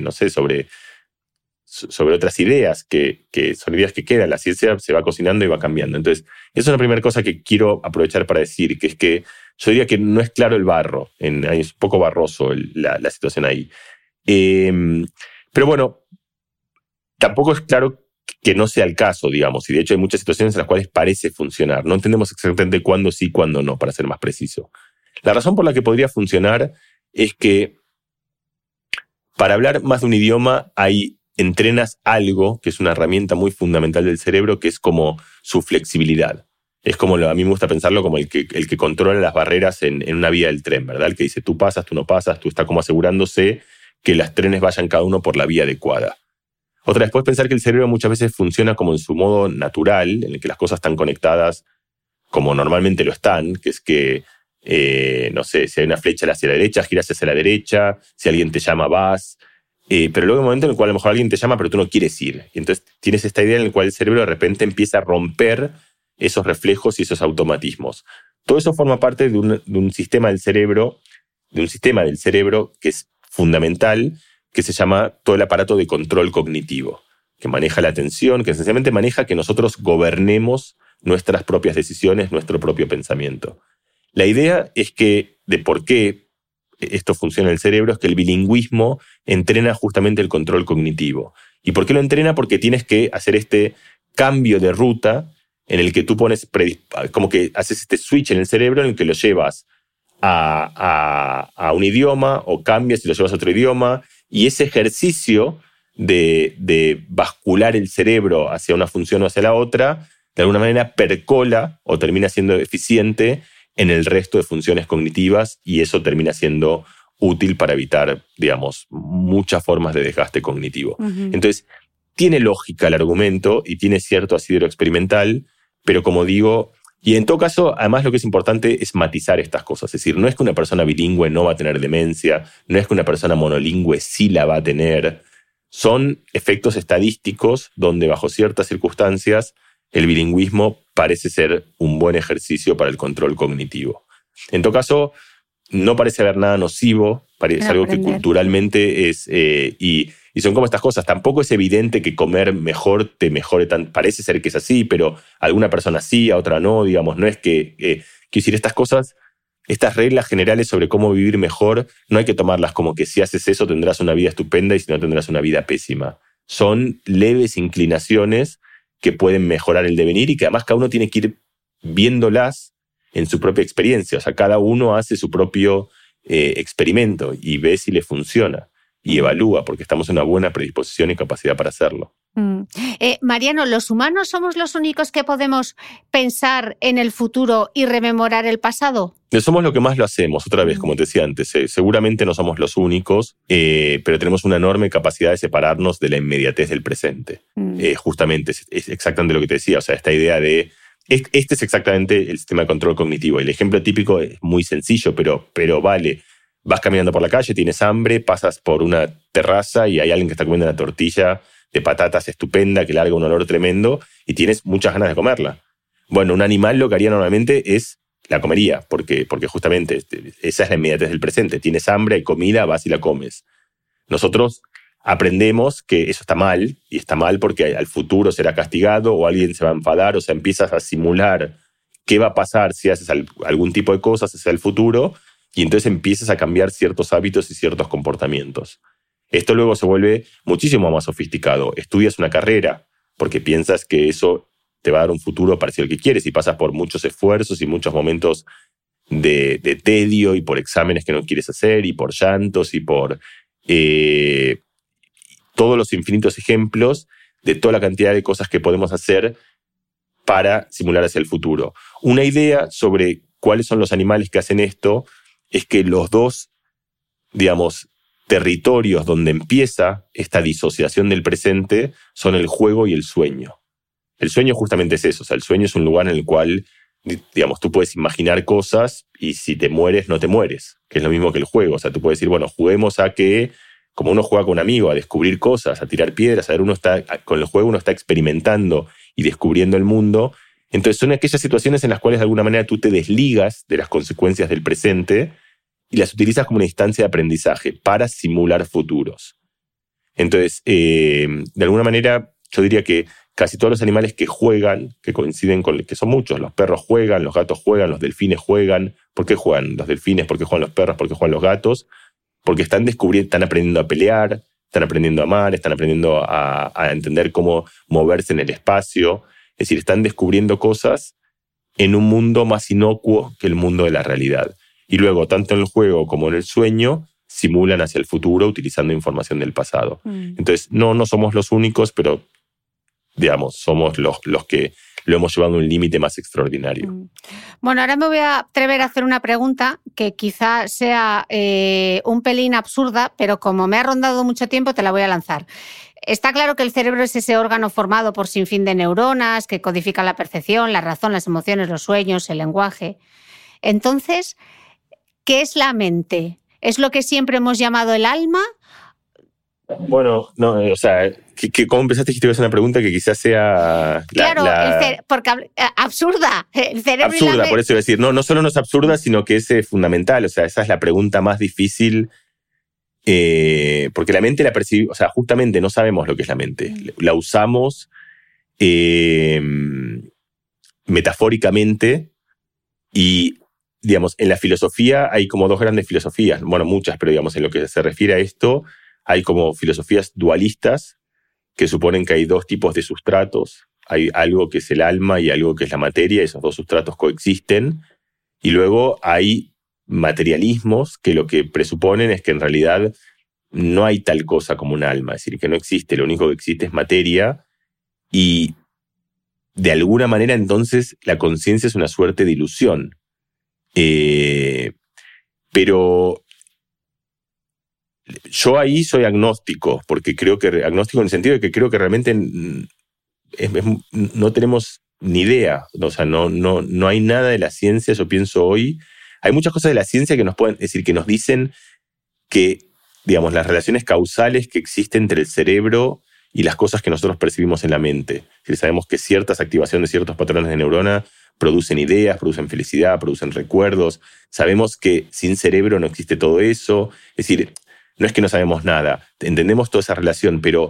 C: otras ideas, que son ideas que quedan. La ciencia se va cocinando y va cambiando. Entonces, esa es una primera cosa que quiero aprovechar para decir, que es que yo diría que no es claro el barro. Es un poco barroso la situación ahí. Pero bueno, tampoco es claro que no sea el caso, digamos, y de hecho hay muchas situaciones en las cuales parece funcionar. No entendemos exactamente cuándo sí, cuándo no, para ser más preciso. La razón por la que podría funcionar es que para hablar más de un idioma entrenas algo que es una herramienta muy fundamental del cerebro, que es como su flexibilidad. Es como, a mí me gusta pensarlo como el que controla las barreras en una vía del tren, ¿verdad? El que dice tú pasas, tú no pasas, tú estás como asegurándose que los trenes vayan cada uno por la vía adecuada. Otra, después pensar que el cerebro muchas veces funciona como en su modo natural, en el que las cosas están conectadas como normalmente lo están, que es que, no sé, si hay una flecha hacia la derecha, giras hacia la derecha, si alguien te llama, vas. Pero luego hay un momento en el cual a lo mejor alguien te llama, pero tú no quieres ir. Y entonces tienes esta idea en la cual el cerebro de repente empieza a romper esos reflejos y esos automatismos. Todo eso forma parte de un sistema del cerebro, que es fundamental, que se llama todo el aparato de control cognitivo, que maneja la atención, que esencialmente maneja que nosotros gobernemos nuestras propias decisiones, nuestro propio pensamiento. La idea es que de por qué esto funciona en el cerebro es que el bilingüismo entrena justamente el control cognitivo. ¿Y por qué lo entrena? Porque tienes que hacer este cambio de ruta en el que tú pones, como que haces este switch en el cerebro en el que lo llevas a un idioma o cambias y lo llevas a otro idioma. Y ese ejercicio de bascular el cerebro hacia una función o hacia la otra, de alguna manera percola o termina siendo eficiente en el resto de funciones cognitivas, y eso termina siendo útil para evitar, digamos, muchas formas de desgaste cognitivo. Uh-huh. Entonces, tiene lógica el argumento y tiene cierto asidero experimental, pero como digo, y en todo caso, además lo que es importante es matizar estas cosas. Es decir, no es que una persona bilingüe no va a tener demencia, no es que una persona monolingüe sí la va a tener. Son efectos estadísticos donde bajo ciertas circunstancias el bilingüismo parece ser un buen ejercicio para el control cognitivo. En todo caso, no parece haber nada nocivo, parece algo que culturalmente es... Y son como estas cosas. Tampoco es evidente que comer mejor te mejore tanto. Parece ser que es así, pero a alguna persona sí, a otra no, digamos. No es que... quiero decir, estas cosas, estas reglas generales sobre cómo vivir mejor, no hay que tomarlas como que si haces eso tendrás una vida estupenda y si no tendrás una vida pésima. Son leves inclinaciones que pueden mejorar el devenir y que además cada uno tiene que ir viéndolas en su propia experiencia. O sea, cada uno hace su propio experimento y ve si le funciona y evalúa, porque estamos en una buena predisposición y capacidad para hacerlo.
B: Mariano, ¿los humanos somos los únicos que podemos pensar en el futuro y rememorar el pasado?
C: Somos lo que más lo hacemos, otra vez, como te decía antes. Seguramente no somos los únicos, pero tenemos una enorme capacidad de separarnos de la inmediatez del presente. Justamente, es exactamente lo que te decía. O sea, esta idea de... Este es exactamente el sistema de control cognitivo. El ejemplo típico es muy sencillo, pero vale. Vas caminando por la calle, tienes hambre, pasas por una terraza y hay alguien que está comiendo una tortilla de patatas estupenda que larga un olor tremendo y tienes muchas ganas de comerla. Bueno, un animal lo que haría normalmente es la comería, porque justamente esa es la inmediatez del presente. Tienes hambre, hay comida, vas y la comes. Nosotros aprendemos que eso está mal, y está mal porque al futuro será castigado o alguien se va a enfadar, o sea, empiezas a simular qué va a pasar si haces algún tipo de cosas hacia el futuro, y entonces empiezas a cambiar ciertos hábitos y ciertos comportamientos. Esto luego se vuelve muchísimo más sofisticado. Estudias una carrera porque piensas que eso te va a dar un futuro parecido al que quieres y pasas por muchos esfuerzos y muchos momentos de tedio y por exámenes que no quieres hacer y por llantos y por todos los infinitos ejemplos de toda la cantidad de cosas que podemos hacer para simular hacia el futuro. Una idea sobre cuáles son los animales que hacen esto es que los dos, digamos, territorios donde empieza esta disociación del presente son el juego y el sueño. El sueño justamente es eso. O sea, el sueño es un lugar en el cual, digamos, tú puedes imaginar cosas y si te mueres, no te mueres, que es lo mismo que el juego. O sea, tú puedes decir, bueno, juguemos a que, como uno juega con un amigo, a descubrir cosas, a tirar piedras, a ver, con el juego uno está experimentando y descubriendo el mundo. Entonces son aquellas situaciones en las cuales de alguna manera tú te desligas de las consecuencias del presente y las utilizas como una instancia de aprendizaje para simular futuros. Entonces, de alguna manera, yo diría que casi todos los animales que juegan, que coinciden con, que son muchos, los perros juegan, los gatos juegan, los delfines juegan. ¿Por qué juegan los delfines? ¿Por qué juegan los perros? ¿Por qué juegan los gatos? Porque están aprendiendo a pelear, están aprendiendo a amar, están aprendiendo a entender cómo moverse en el espacio. Es decir, están descubriendo cosas en un mundo más inocuo que el mundo de la realidad. Y luego, tanto en el juego como en el sueño, simulan hacia el futuro utilizando información del pasado. Entonces, no somos los únicos, pero digamos, somos los que lo hemos llevado a un límite más extraordinario.
B: Bueno, ahora me voy a atrever a hacer una pregunta que quizá sea un pelín absurda, pero como me ha rondado mucho tiempo, te la voy a lanzar. Está claro que el cerebro es ese órgano formado por sinfín de neuronas que codifican la percepción, la razón, las emociones, los sueños, el lenguaje. Entonces, ¿qué es la mente? ¿Es lo que siempre hemos llamado el alma?
C: Bueno, no, o sea, ¿cómo empezaste? Dijiste que es una pregunta que quizás sea...
B: Porque absurda. El cerebro
C: absurda, por eso iba a decir. No solo no es absurda, sino que es fundamental. O sea, esa es la pregunta más difícil. Porque la mente la percibimos... O sea, justamente no sabemos lo que es la mente. La usamos metafóricamente y, digamos, en la filosofía hay como dos grandes filosofías. Bueno, muchas, pero digamos, en lo que se refiere a esto... Hay como filosofías dualistas que suponen que hay dos tipos de sustratos. Hay algo que es el alma y algo que es la materia. Esos dos sustratos coexisten. Y luego hay materialismos que lo que presuponen es que en realidad no hay tal cosa como un alma. Es decir, que no existe. Lo único que existe es materia. Y de alguna manera entonces la conciencia es una suerte de ilusión. Pero... Yo ahí soy agnóstico, porque creo que agnóstico en el sentido de que creo que realmente no tenemos ni idea. O sea, no hay nada de la ciencia, yo pienso hoy. Hay muchas cosas de la ciencia que nos pueden decir, que nos dicen que, digamos, las relaciones causales que existen entre el cerebro y las cosas que nosotros percibimos en la mente. Es decir, sabemos que ciertas activaciones de ciertos patrones de neurona producen ideas, producen felicidad, producen recuerdos. Sabemos que sin cerebro no existe todo eso. Es decir, no es que no sabemos nada, entendemos toda esa relación, pero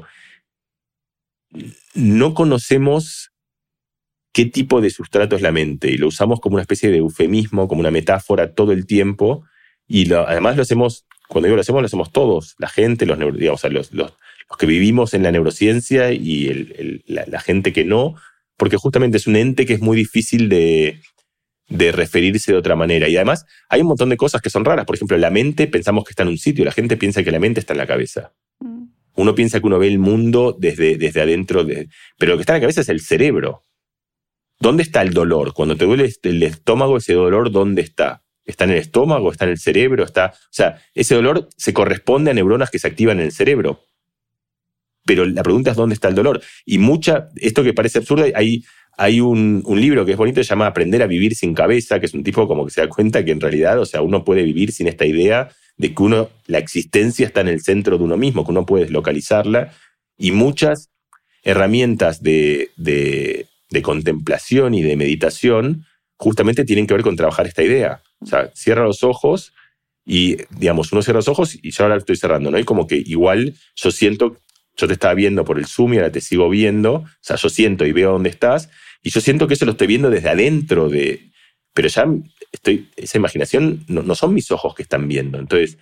C: no conocemos qué tipo de sustrato es la mente y lo usamos como una especie de eufemismo, como una metáfora todo el tiempo y además lo hacemos, cuando digo lo hacemos todos, la gente, los que vivimos en la neurociencia y la gente que no, porque justamente es un ente que es muy difícil de referirse de otra manera. Y además hay un montón de cosas que son raras. Por ejemplo, la mente pensamos que está en un sitio. La gente piensa que la mente está en la cabeza. Uno piensa que uno ve el mundo desde adentro. Pero lo que está en la cabeza es el cerebro. ¿Dónde está el dolor? Cuando te duele el estómago, ese dolor, ¿dónde está? ¿Está en el estómago? ¿Está en el cerebro? O sea, ese dolor se corresponde a neuronas que se activan en el cerebro. Pero la pregunta es ¿dónde está el dolor? Y esto que parece absurdo, hay un libro que es bonito, se llama Aprender a vivir sin cabeza, que es un tipo como que se da cuenta que en realidad, o sea, uno puede vivir sin esta idea de que la existencia está en el centro de uno mismo, que uno puede deslocalizarla, y muchas herramientas de contemplación y de meditación justamente tienen que ver con trabajar esta idea. O sea, cierra los ojos y, digamos, uno cierra los ojos y yo ahora lo estoy cerrando, ¿no? Y como que igual yo te estaba viendo por el Zoom y ahora te sigo viendo. O sea, yo siento y veo dónde estás. Y yo siento que eso lo estoy viendo desde adentro pero ya esa imaginación no son mis ojos que están viendo. Entonces,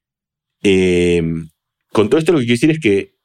C: con todo esto lo que quiero decir es que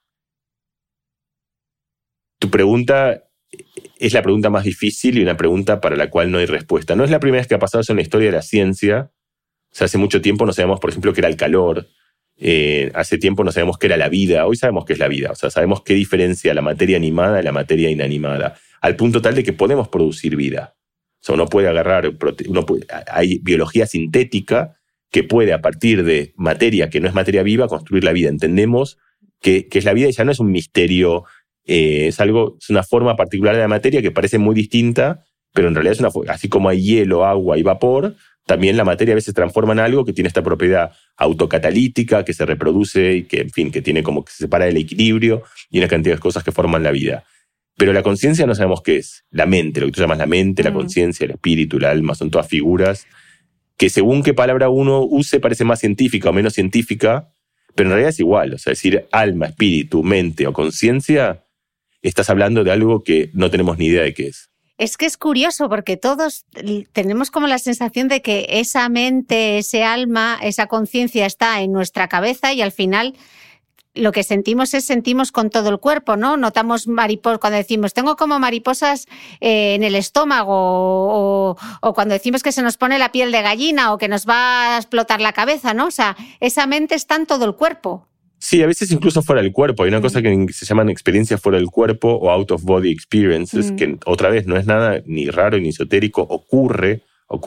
C: tu pregunta es la pregunta más difícil y una pregunta para la cual no hay respuesta. No es la primera vez que ha pasado eso en la historia de la ciencia. O sea, hace mucho tiempo no sabíamos, por ejemplo, qué era el calor. Hace tiempo no sabemos qué era la vida. Hoy sabemos qué es la vida. O sea, sabemos qué diferencia la materia animada de la materia inanimada. Al punto tal de que podemos producir vida. O sea, uno puede agarrar... hay biología sintética que puede, a partir de materia que no es materia viva, construir la vida. Entendemos que es la vida y ya no es un misterio. Es una forma particular de la materia que parece muy distinta, pero en realidad así como hay hielo, agua y vapor, también la materia a veces se transforma en algo que tiene esta propiedad autocatalítica, que se reproduce y que, en fin, que tiene como que se separa del equilibrio y una cantidad de cosas que forman la vida. Pero la conciencia no sabemos qué es. La mente, lo que tú llamas la mente, la conciencia, el espíritu, el alma, son todas figuras que según qué palabra uno use parece más científica o menos científica, pero en realidad es igual. O sea, decir alma, espíritu, mente o conciencia, estás hablando de algo que no tenemos ni idea de qué es.
B: Es que es curioso porque todos tenemos como la sensación de que esa mente, ese alma, esa conciencia está en nuestra cabeza y al final lo que sentimos con todo el cuerpo, ¿no? Notamos mariposas cuando decimos tengo como mariposas en el estómago o cuando decimos que se nos pone la piel de gallina o que nos va a explotar la cabeza, ¿no? O sea, esa mente está en todo el cuerpo.
C: Sí, a veces incluso fuera del cuerpo. Hay una cosa que se llaman experiencias fuera del cuerpo o out of body experiences, que otra vez no es nada ni raro ni esotérico, ocurre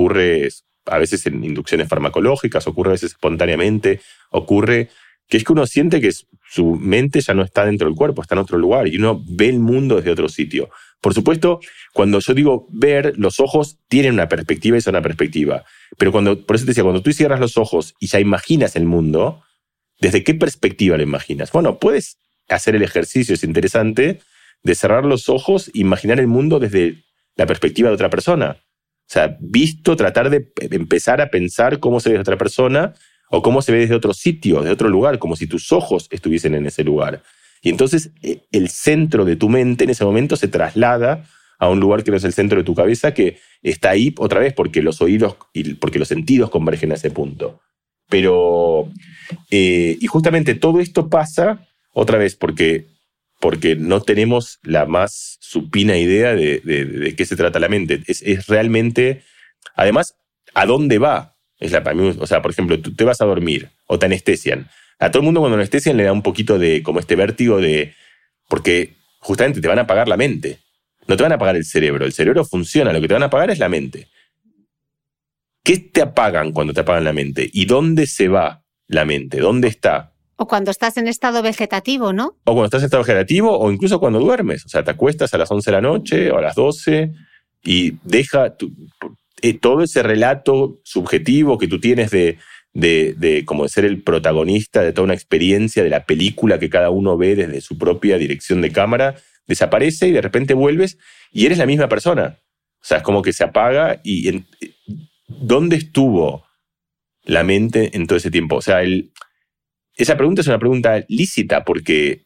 C: a veces en inducciones farmacológicas, ocurre a veces espontáneamente, ocurre que es que uno siente que su mente ya no está dentro del cuerpo, está en otro lugar y uno ve el mundo desde otro sitio. Por supuesto, cuando yo digo ver, los ojos tienen una perspectiva y son una perspectiva. Pero por eso te decía, cuando tú cierras los ojos y ya imaginas el mundo, ¿desde qué perspectiva lo imaginas? Bueno, puedes hacer el ejercicio, es interesante, de cerrar los ojos e imaginar el mundo desde la perspectiva de otra persona. O sea, tratar de empezar a pensar cómo se ve desde otra persona o cómo se ve desde otro sitio, de otro lugar, como si tus ojos estuviesen en ese lugar. Y entonces el centro de tu mente en ese momento se traslada a un lugar que no es el centro de tu cabeza, que está ahí otra vez porque los oídos y porque los sentidos convergen a ese punto. Pero, y justamente todo esto pasa otra vez porque no tenemos la más supina idea de qué se trata la mente. Es realmente, además, ¿a dónde va? Para mí, o sea, por ejemplo, tú te vas a dormir o te anestesian. A todo el mundo cuando lo anestesian le da un poquito de como este vértigo porque justamente te van a apagar la mente. No te van a apagar el cerebro. El cerebro funciona, lo que te van a apagar es la mente. ¿Qué te apagan cuando te apagan la mente? ¿Y dónde se va la mente? ¿Dónde está?
B: O cuando estás en estado vegetativo, ¿no?
C: O cuando estás en estado vegetativo o incluso cuando duermes. O sea, te acuestas a las 11 de la noche o a las 12 y deja todo ese relato subjetivo que tú tienes de como de ser el protagonista de toda una experiencia de la película que cada uno ve desde su propia dirección de cámara, desaparece y de repente vuelves y eres la misma persona. O sea, es como que se apaga y ¿dónde estuvo la mente en todo ese tiempo? O sea, esa pregunta es una pregunta lícita porque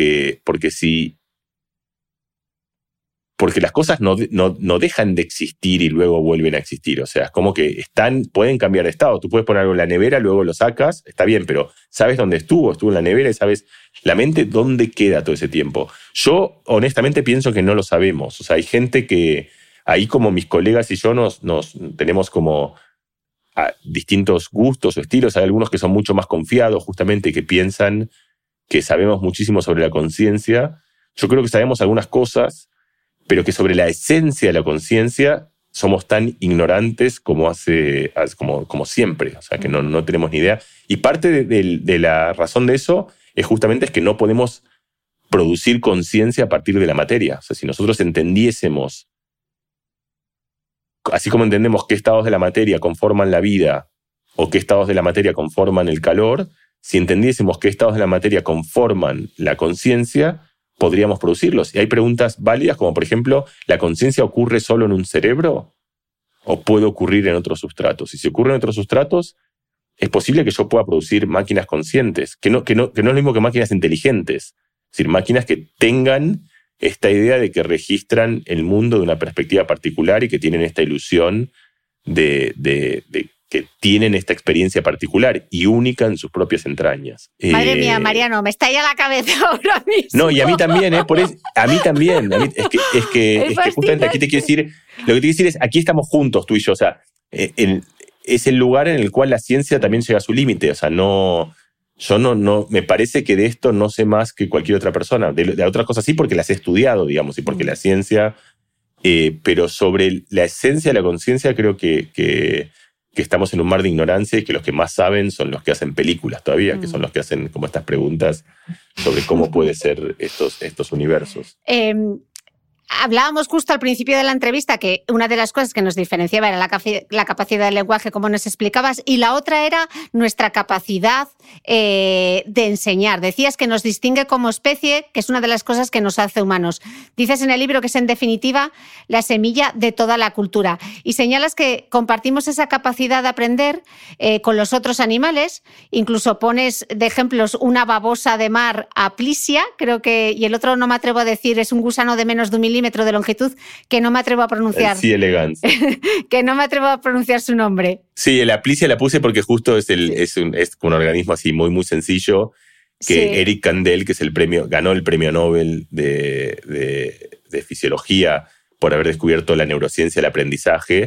C: las cosas no dejan de existir y luego vuelven a existir. O sea, es como que pueden cambiar de estado. Tú puedes poner algo en la nevera, luego lo sacas, está bien, pero ¿sabes dónde estuvo? Estuvo en la nevera y sabes la mente dónde queda todo ese tiempo. Yo, honestamente, pienso que no lo sabemos. O sea, hay gente que ahí como mis colegas y yo nos tenemos como distintos gustos o estilos. Hay algunos que son mucho más confiados, justamente, que piensan que sabemos muchísimo sobre la conciencia. Yo creo que sabemos algunas cosas, pero que sobre la esencia de la conciencia somos tan ignorantes como siempre. O sea, que no tenemos ni idea. Y parte de la razón de eso es justamente que no podemos producir conciencia a partir de la materia. O sea, si nosotros entendiésemos, así como entendemos qué estados de la materia conforman la vida o qué estados de la materia conforman el calor, si entendiésemos qué estados de la materia conforman la conciencia, podríamos producirlos. Y hay preguntas válidas como, por ejemplo, ¿la conciencia ocurre solo en un cerebro o puede ocurrir en otros sustratos? Y si ocurre en otros sustratos, es posible que yo pueda producir máquinas conscientes, que no es lo mismo que máquinas inteligentes. Es decir, máquinas que tengan esta idea de que registran el mundo de una perspectiva particular y que tienen esta ilusión de que tienen esta experiencia particular y única en sus propias entrañas.
B: Madre mía, Mariano, me estalla la cabeza ahora mismo.
C: No, y a mí también, a mí también. Es que justamente aquí te quiero decir, lo que te quiero decir es, aquí estamos juntos, tú y yo. O sea, es el lugar en el cual la ciencia también llega a su límite. O sea, yo no, me parece que de esto no sé más que cualquier otra persona. De otras cosas sí, porque las he estudiado, digamos, y porque la ciencia, pero sobre la esencia de la conciencia creo que estamos en un mar de ignorancia y que los que más saben son los que hacen películas todavía, que son los que hacen como estas preguntas sobre cómo puede ser estos universos.
B: Hablábamos justo al principio de la entrevista que una de las cosas que nos diferenciaba era la capacidad del lenguaje, como nos explicabas, y la otra era nuestra capacidad de enseñar. Decías que nos distingue como especie, que es una de las cosas que nos hace humanos. Dices en el libro que es, en definitiva, la semilla de toda la cultura. Y señalas que compartimos esa capacidad de aprender con los otros animales. Incluso pones de ejemplos una babosa de mar, Aplysia, creo que, y el otro no me atrevo a decir, es un gusano de menos de 1 milímetro de longitud, que no me atrevo a pronunciar.
C: Sí, elegante.
B: Que no me atrevo a pronunciar su nombre.
C: Sí, el Aplysia la puse porque justo es un organismo así muy, muy sencillo, que sí. Eric Kandel, que es ganó el premio Nobel de fisiología por haber descubierto la neurociencia del aprendizaje,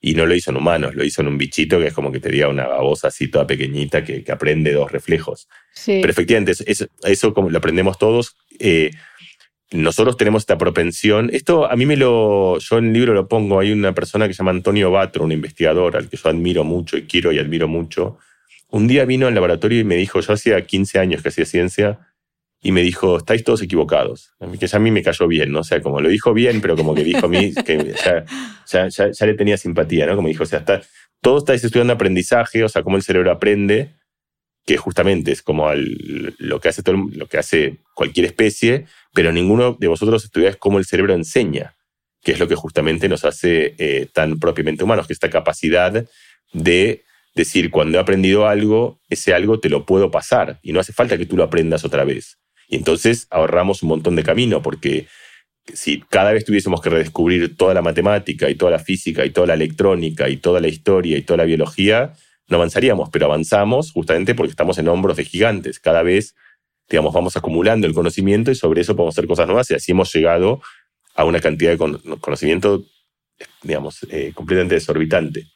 C: Y no lo hizo en humanos, lo hizo en un bichito que es como que te diga una babosa así toda pequeñita que aprende 2 reflejos.
B: Sí.
C: Pero efectivamente, eso como lo aprendemos todos. Nosotros tenemos esta propensión. Esto a mí yo en el libro lo pongo, hay una persona que se llama Antonio Batro, un investigador al que yo admiro mucho y quiero y admiro mucho. Un día vino al laboratorio y me dijo, yo hacía 15 años que hacía ciencia, y me dijo, estáis todos equivocados. Que ya a mí me cayó bien, ¿no? O sea, como lo dijo bien, pero como que dijo a mí, que ya le tenía simpatía, ¿no? Como dijo, o sea, todos estáis estudiando aprendizaje, o sea, cómo el cerebro aprende, que justamente es como lo que hace cualquier especie, pero ninguno de vosotros estudiáis cómo el cerebro enseña, que es lo que justamente nos hace tan propiamente humanos, que esta capacidad de decir, cuando he aprendido algo, ese algo te lo puedo pasar, y no hace falta que tú lo aprendas otra vez. Y entonces ahorramos un montón de camino, porque si cada vez tuviésemos que redescubrir toda la matemática y toda la física y toda la electrónica y toda la historia y toda la biología, no avanzaríamos, pero avanzamos justamente porque estamos en hombros de gigantes. Cada vez, digamos, vamos acumulando el conocimiento y sobre eso podemos hacer cosas nuevas, y así hemos llegado a una cantidad de conocimiento, digamos, completamente desorbitante.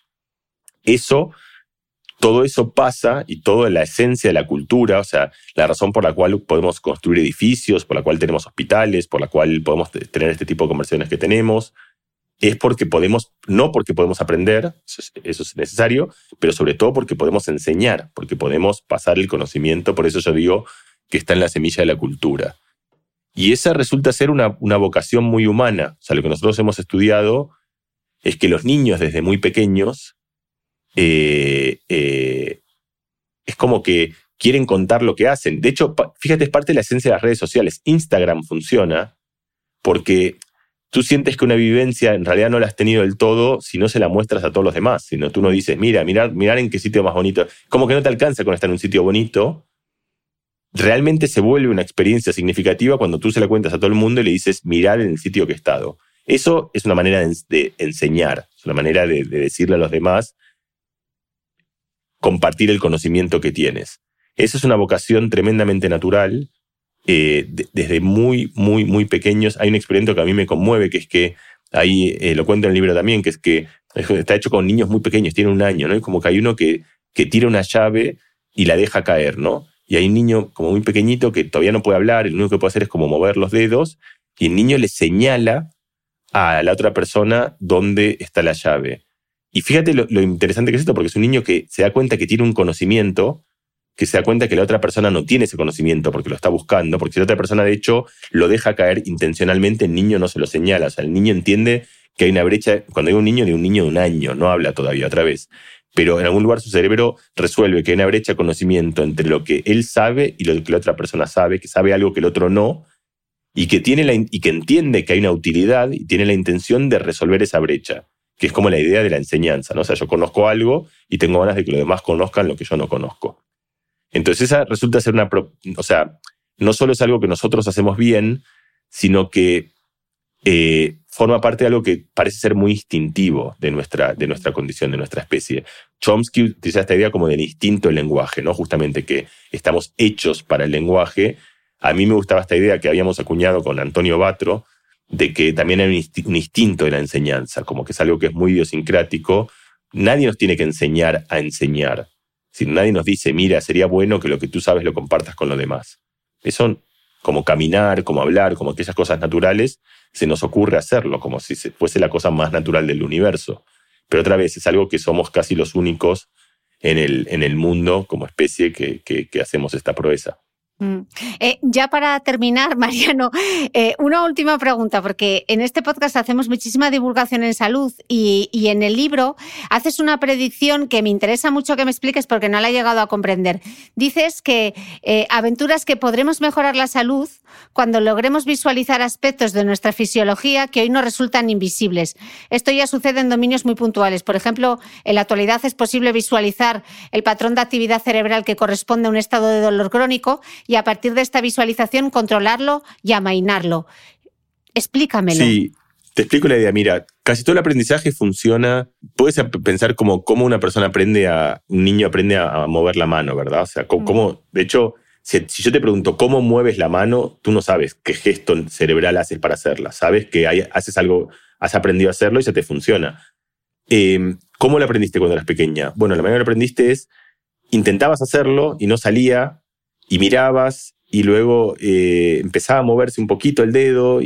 C: Todo eso pasa, y toda la esencia de la cultura, o sea, la razón por la cual podemos construir edificios, por la cual tenemos hospitales, por la cual podemos tener este tipo de conversaciones que tenemos, es porque no porque podemos aprender, eso es necesario, pero sobre todo porque podemos enseñar, porque podemos pasar el conocimiento. Por eso yo digo que está en la semilla de la cultura. Y esa resulta ser una vocación muy humana. O sea, lo que nosotros hemos estudiado es que los niños desde muy pequeños es como que quieren contar lo que hacen. De hecho, fíjate, es parte de la esencia de las redes sociales. Instagram funciona porque tú sientes que una vivencia en realidad no la has tenido del todo si no se la muestras a todos los demás. Sino tú no dices, mirar en qué sitio más bonito. Como que no te alcanza con estar en un sitio bonito. Realmente se vuelve una experiencia significativa cuando tú se la cuentas a todo el mundo y le dices, mirad en el sitio que he estado. Eso es una manera de enseñar, es una manera de decirle a los demás, compartir el conocimiento que tienes. Eso es una vocación tremendamente natural. Desde muy, muy, muy pequeños. Hay un experimento que a mí me conmueve, que es que, ahí lo cuento en el libro también, que es que está hecho con niños muy pequeños, tienen 1 año, ¿no? Y como que hay uno que tira una llave y la deja caer, ¿no? Y hay un niño como muy pequeñito que todavía no puede hablar, y lo único que puede hacer es como mover los dedos, y el niño le señala a la otra persona dónde está la llave. Y fíjate lo interesante que es esto, porque es un niño que se da cuenta que tiene un conocimiento, que se da cuenta que la otra persona no tiene ese conocimiento porque lo está buscando, porque si la otra persona de hecho lo deja caer intencionalmente, el niño no se lo señala. O sea, el niño entiende que hay una brecha. Cuando hay un niño de 1 año, no habla todavía otra vez, pero en algún lugar su cerebro resuelve que hay una brecha de conocimiento entre lo que él sabe y lo que la otra persona sabe, que sabe algo que el otro no, y que entiende que hay una utilidad y tiene la intención de resolver esa brecha, que es como la idea de la enseñanza, ¿no? O sea, yo conozco algo y tengo ganas de que los demás conozcan lo que yo no conozco. Entonces esa resulta ser o sea, no solo es algo que nosotros hacemos bien, sino que forma parte de algo que parece ser muy instintivo de nuestra condición, de nuestra especie. Chomsky utiliza esta idea como del instinto del lenguaje, ¿no? Justamente que estamos hechos para el lenguaje. A mí me gustaba esta idea que habíamos acuñado con Antonio Batro, de que también hay un instinto de la enseñanza, como que es algo que es muy idiosincrático. Nadie nos tiene que enseñar a enseñar. Si nadie nos dice, mira, sería bueno que lo que tú sabes lo compartas con los demás. Eso, como caminar, como hablar, como aquellas cosas naturales, se nos ocurre hacerlo, como si fuese la cosa más natural del universo. Pero otra vez, es algo que somos casi los únicos en el mundo como especie que hacemos esta proeza.
B: Ya para terminar, Mariano, una última pregunta, porque en este podcast hacemos muchísima divulgación en salud y en el libro haces una predicción que me interesa mucho que me expliques porque no la he llegado a comprender. Dices que aventuras que podremos mejorar la salud cuando logremos visualizar aspectos de nuestra fisiología que hoy nos resultan invisibles. Esto ya sucede en dominios muy puntuales. Por ejemplo, en la actualidad es posible visualizar el patrón de actividad cerebral que corresponde a un estado de dolor crónico y a partir de esta visualización controlarlo y amainarlo. Explícamelo.
C: Sí, te explico la idea. Mira, casi todo el aprendizaje funciona. Puedes pensar cómo una persona un niño aprende a mover la mano, ¿verdad? O sea, de hecho, si yo te pregunto cómo mueves la mano, tú no sabes qué gesto cerebral haces para hacerla. Sabes que haces algo, has aprendido a hacerlo y se te funciona. ¿Cómo lo aprendiste cuando eras pequeña? Bueno, la manera que lo aprendiste es, intentabas hacerlo y no salía, y mirabas, y luego empezaba a moverse un poquito el dedo,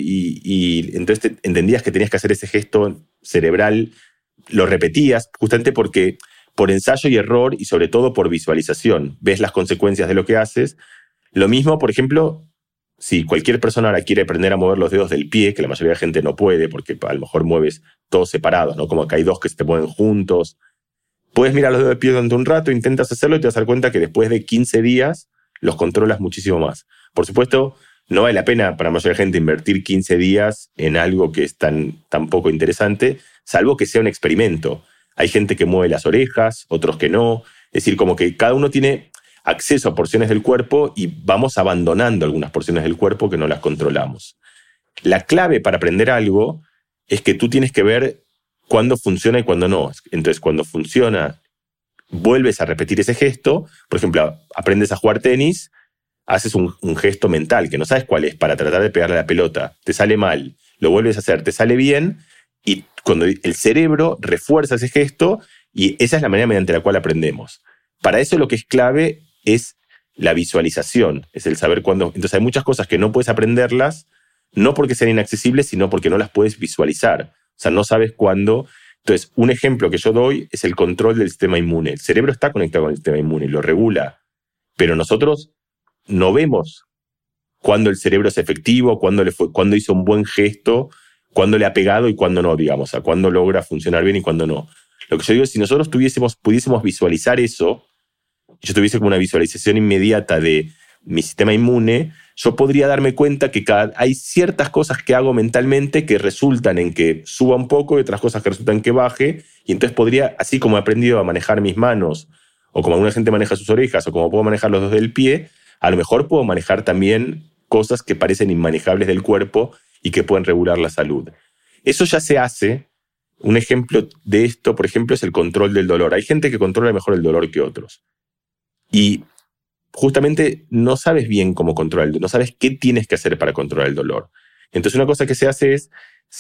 C: y entonces entendías que tenías que hacer ese gesto cerebral, lo repetías, justamente porque por ensayo y error, y sobre todo por visualización, ves las consecuencias de lo que haces. Lo mismo, por ejemplo, si cualquier persona ahora quiere aprender a mover los dedos del pie, que la mayoría de gente no puede, porque a lo mejor mueves todos separados, ¿no? Como que hay dos que se te mueven juntos. Puedes mirar los dedos del pie durante un rato, intentas hacerlo y te vas a dar cuenta que después de 15 días los controlas muchísimo más. Por supuesto, no vale la pena para la mayoría de gente invertir 15 días en algo que es tan poco interesante, salvo que sea un experimento. Hay gente que mueve las orejas, otros que no. Es decir, como que cada uno tiene acceso a porciones del cuerpo y vamos abandonando algunas porciones del cuerpo que no las controlamos. La clave para aprender algo es que tú tienes que ver cuándo funciona y cuándo no. Entonces, cuando funciona, vuelves a repetir ese gesto. Por ejemplo, aprendes a jugar tenis, haces un gesto mental que no sabes cuál es para tratar de pegarle a la pelota. Te sale mal, lo vuelves a hacer, te sale bien, y cuando el cerebro refuerza ese gesto, y esa es la manera mediante la cual aprendemos. Para eso lo que es clave es la visualización, es el saber cuándo. Entonces hay muchas cosas que no puedes aprenderlas, no porque sean inaccesibles, sino porque no las puedes visualizar. O sea, no sabes cuándo. Entonces, un ejemplo que yo doy es el control del sistema inmune. El cerebro está conectado con el sistema inmune, lo regula, pero nosotros no vemos cuándo el cerebro es efectivo, cuándo hizo un buen gesto, cuándo le ha pegado y cuándo no, digamos, o sea, cuándo logra funcionar bien y cuándo no. Lo que yo digo es, si nosotros pudiésemos visualizar eso, yo tuviese como una visualización inmediata de mi sistema inmune, yo podría darme cuenta que hay ciertas cosas que hago mentalmente que resultan en que suba un poco y otras cosas que resultan en que baje, y entonces podría, así como he aprendido a manejar mis manos, o como alguna gente maneja sus orejas, o como puedo manejar los dedos del pie, a lo mejor puedo manejar también cosas que parecen inmanejables del cuerpo y que pueden regular la salud. Eso ya se hace. Un ejemplo de esto, por ejemplo, es el control del dolor. Hay gente que controla mejor el dolor que otros. Y justamente no sabes bien cómo controlar el dolor, no sabes qué tienes que hacer para controlar el dolor. Entonces una cosa que se hace es,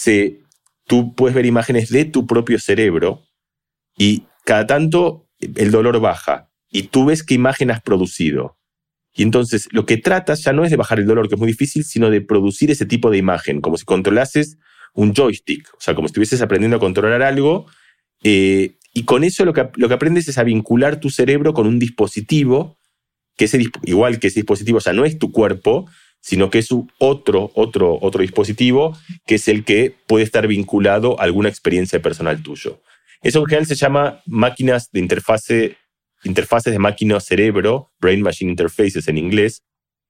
C: tú puedes ver imágenes de tu propio cerebro y cada tanto el dolor baja y tú ves qué imagen has producido. Y entonces lo que tratas ya no es de bajar el dolor, que es muy difícil, sino de producir ese tipo de imagen, como si controlases un joystick, o sea, como si estuvieses aprendiendo a controlar algo, y con eso lo que aprendes es a vincular tu cerebro con un dispositivo, que igual que ese dispositivo ya no es tu cuerpo, sino que es otro dispositivo, que es el que puede estar vinculado a alguna experiencia personal tuyo. Eso en general se llama máquinas de interfaces de máquina-cerebro, Brain-Machine Interfaces en inglés,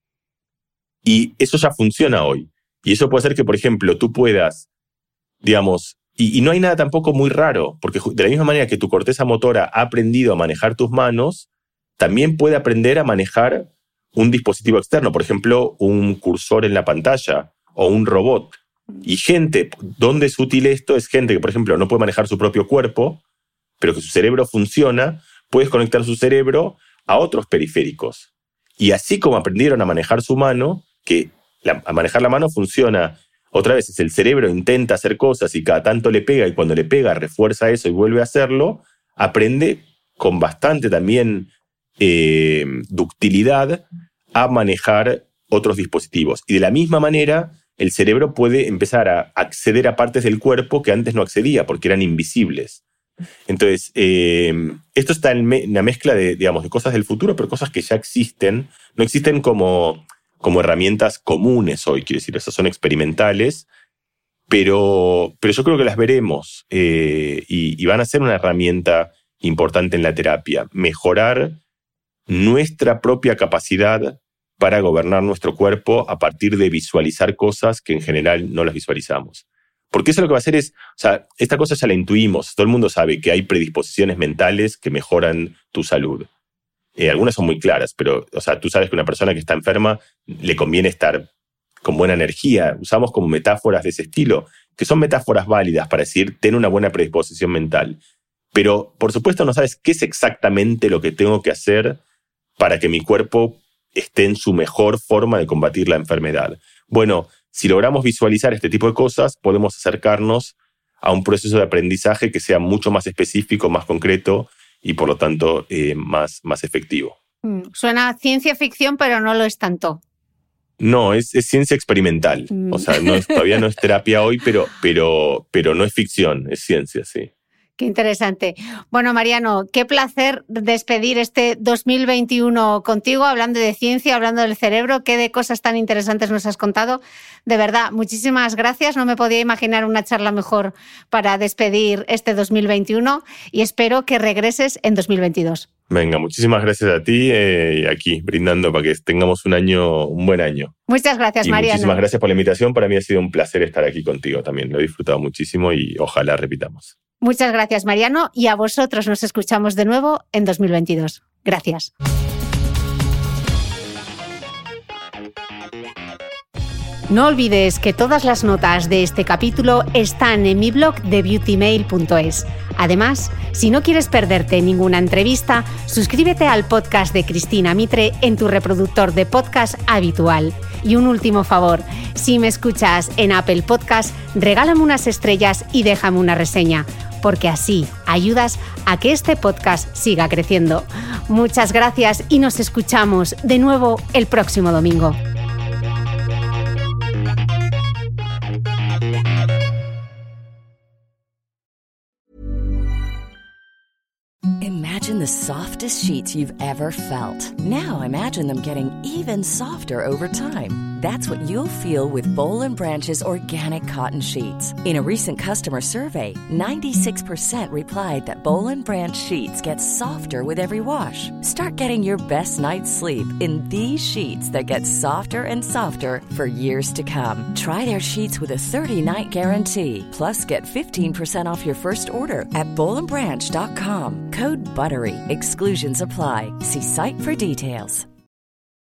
C: y eso ya funciona hoy. Y eso puede hacer que, por ejemplo, tú puedas, digamos, y no hay nada tampoco muy raro, porque de la misma manera que tu corteza motora ha aprendido a manejar tus manos, también puede aprender a manejar un dispositivo externo, por ejemplo, un cursor en la pantalla o un robot. Y gente, ¿dónde es útil esto? Es gente que, por ejemplo, no puede manejar su propio cuerpo, pero que su cerebro funciona, puedes conectar su cerebro a otros periféricos. Y así como aprendieron a manejar su mano, que a manejar la mano funciona, otra vez es el cerebro intenta hacer cosas y cada tanto le pega, y cuando le pega refuerza eso y vuelve a hacerlo, aprende con bastante también ductilidad a manejar otros dispositivos. Y de la misma manera, el cerebro puede empezar a acceder a partes del cuerpo que antes no accedía porque eran invisibles. Entonces, esto está en una mezcla de cosas del futuro, pero cosas que ya existen. No existen como herramientas comunes hoy, quiero decir, esas son experimentales, pero yo creo que las veremos y van a ser una herramienta importante en la terapia. Mejorar nuestra propia capacidad para gobernar nuestro cuerpo a partir de visualizar cosas que en general no las visualizamos. Porque eso lo que va a hacer es, o sea, esta cosa ya la intuimos, todo el mundo sabe que hay predisposiciones mentales que mejoran tu salud. Algunas son muy claras, pero, o sea, tú sabes que una persona que está enferma le conviene estar con buena energía. Usamos como metáforas de ese estilo, que son metáforas válidas para decir, ten una buena predisposición mental. Pero, por supuesto, no sabes qué es exactamente lo que tengo que hacer para que mi cuerpo esté en su mejor forma de combatir la enfermedad. Bueno, si logramos visualizar este tipo de cosas, podemos acercarnos a un proceso de aprendizaje que sea mucho más específico, más concreto y por lo tanto más efectivo.
B: Suena a ciencia ficción, pero no lo es tanto.
C: No, es ciencia experimental. O sea, todavía no es terapia hoy, pero no es ficción, es ciencia, sí.
B: Qué interesante. Bueno, Mariano, qué placer despedir este 2021 contigo, hablando de ciencia, hablando del cerebro, qué de cosas tan interesantes nos has contado. De verdad, muchísimas gracias. No me podía imaginar una charla mejor para despedir este 2021 y espero que regreses en 2022.
C: Venga, muchísimas gracias a ti y aquí brindando para que tengamos un buen año.
B: Muchas gracias, Mariano.
C: Muchísimas gracias por la invitación. Para mí ha sido un placer estar aquí contigo también. Lo he disfrutado muchísimo y ojalá repitamos.
B: Muchas gracias, Mariano, y a vosotros nos escuchamos de nuevo en 2022. Gracias. No olvides que todas las notas de este capítulo están en mi blog de beautymail.es. Además, si no quieres perderte ninguna entrevista, suscríbete al podcast de Cristina Mitre en tu reproductor de podcast habitual. Y un último favor, si me escuchas en Apple Podcast, regálame unas estrellas y déjame una reseña, porque así ayudas a que este podcast siga creciendo. Muchas gracias y nos escuchamos de nuevo el próximo domingo.
H: Imagine the softest sheets you've ever felt. Now imagine them getting even softer over time. That's what you'll feel with Boll & Branch's organic cotton sheets. In a recent customer survey, 96% replied that Boll & Branch sheets get softer with every wash. Start getting your best night's sleep in these sheets that get softer and softer for years to come. Try their sheets with a 30-night guarantee. Plus, get 15% off your first order at bollandbranch.com. Code BUTTERY. Exclusions apply. See site for details.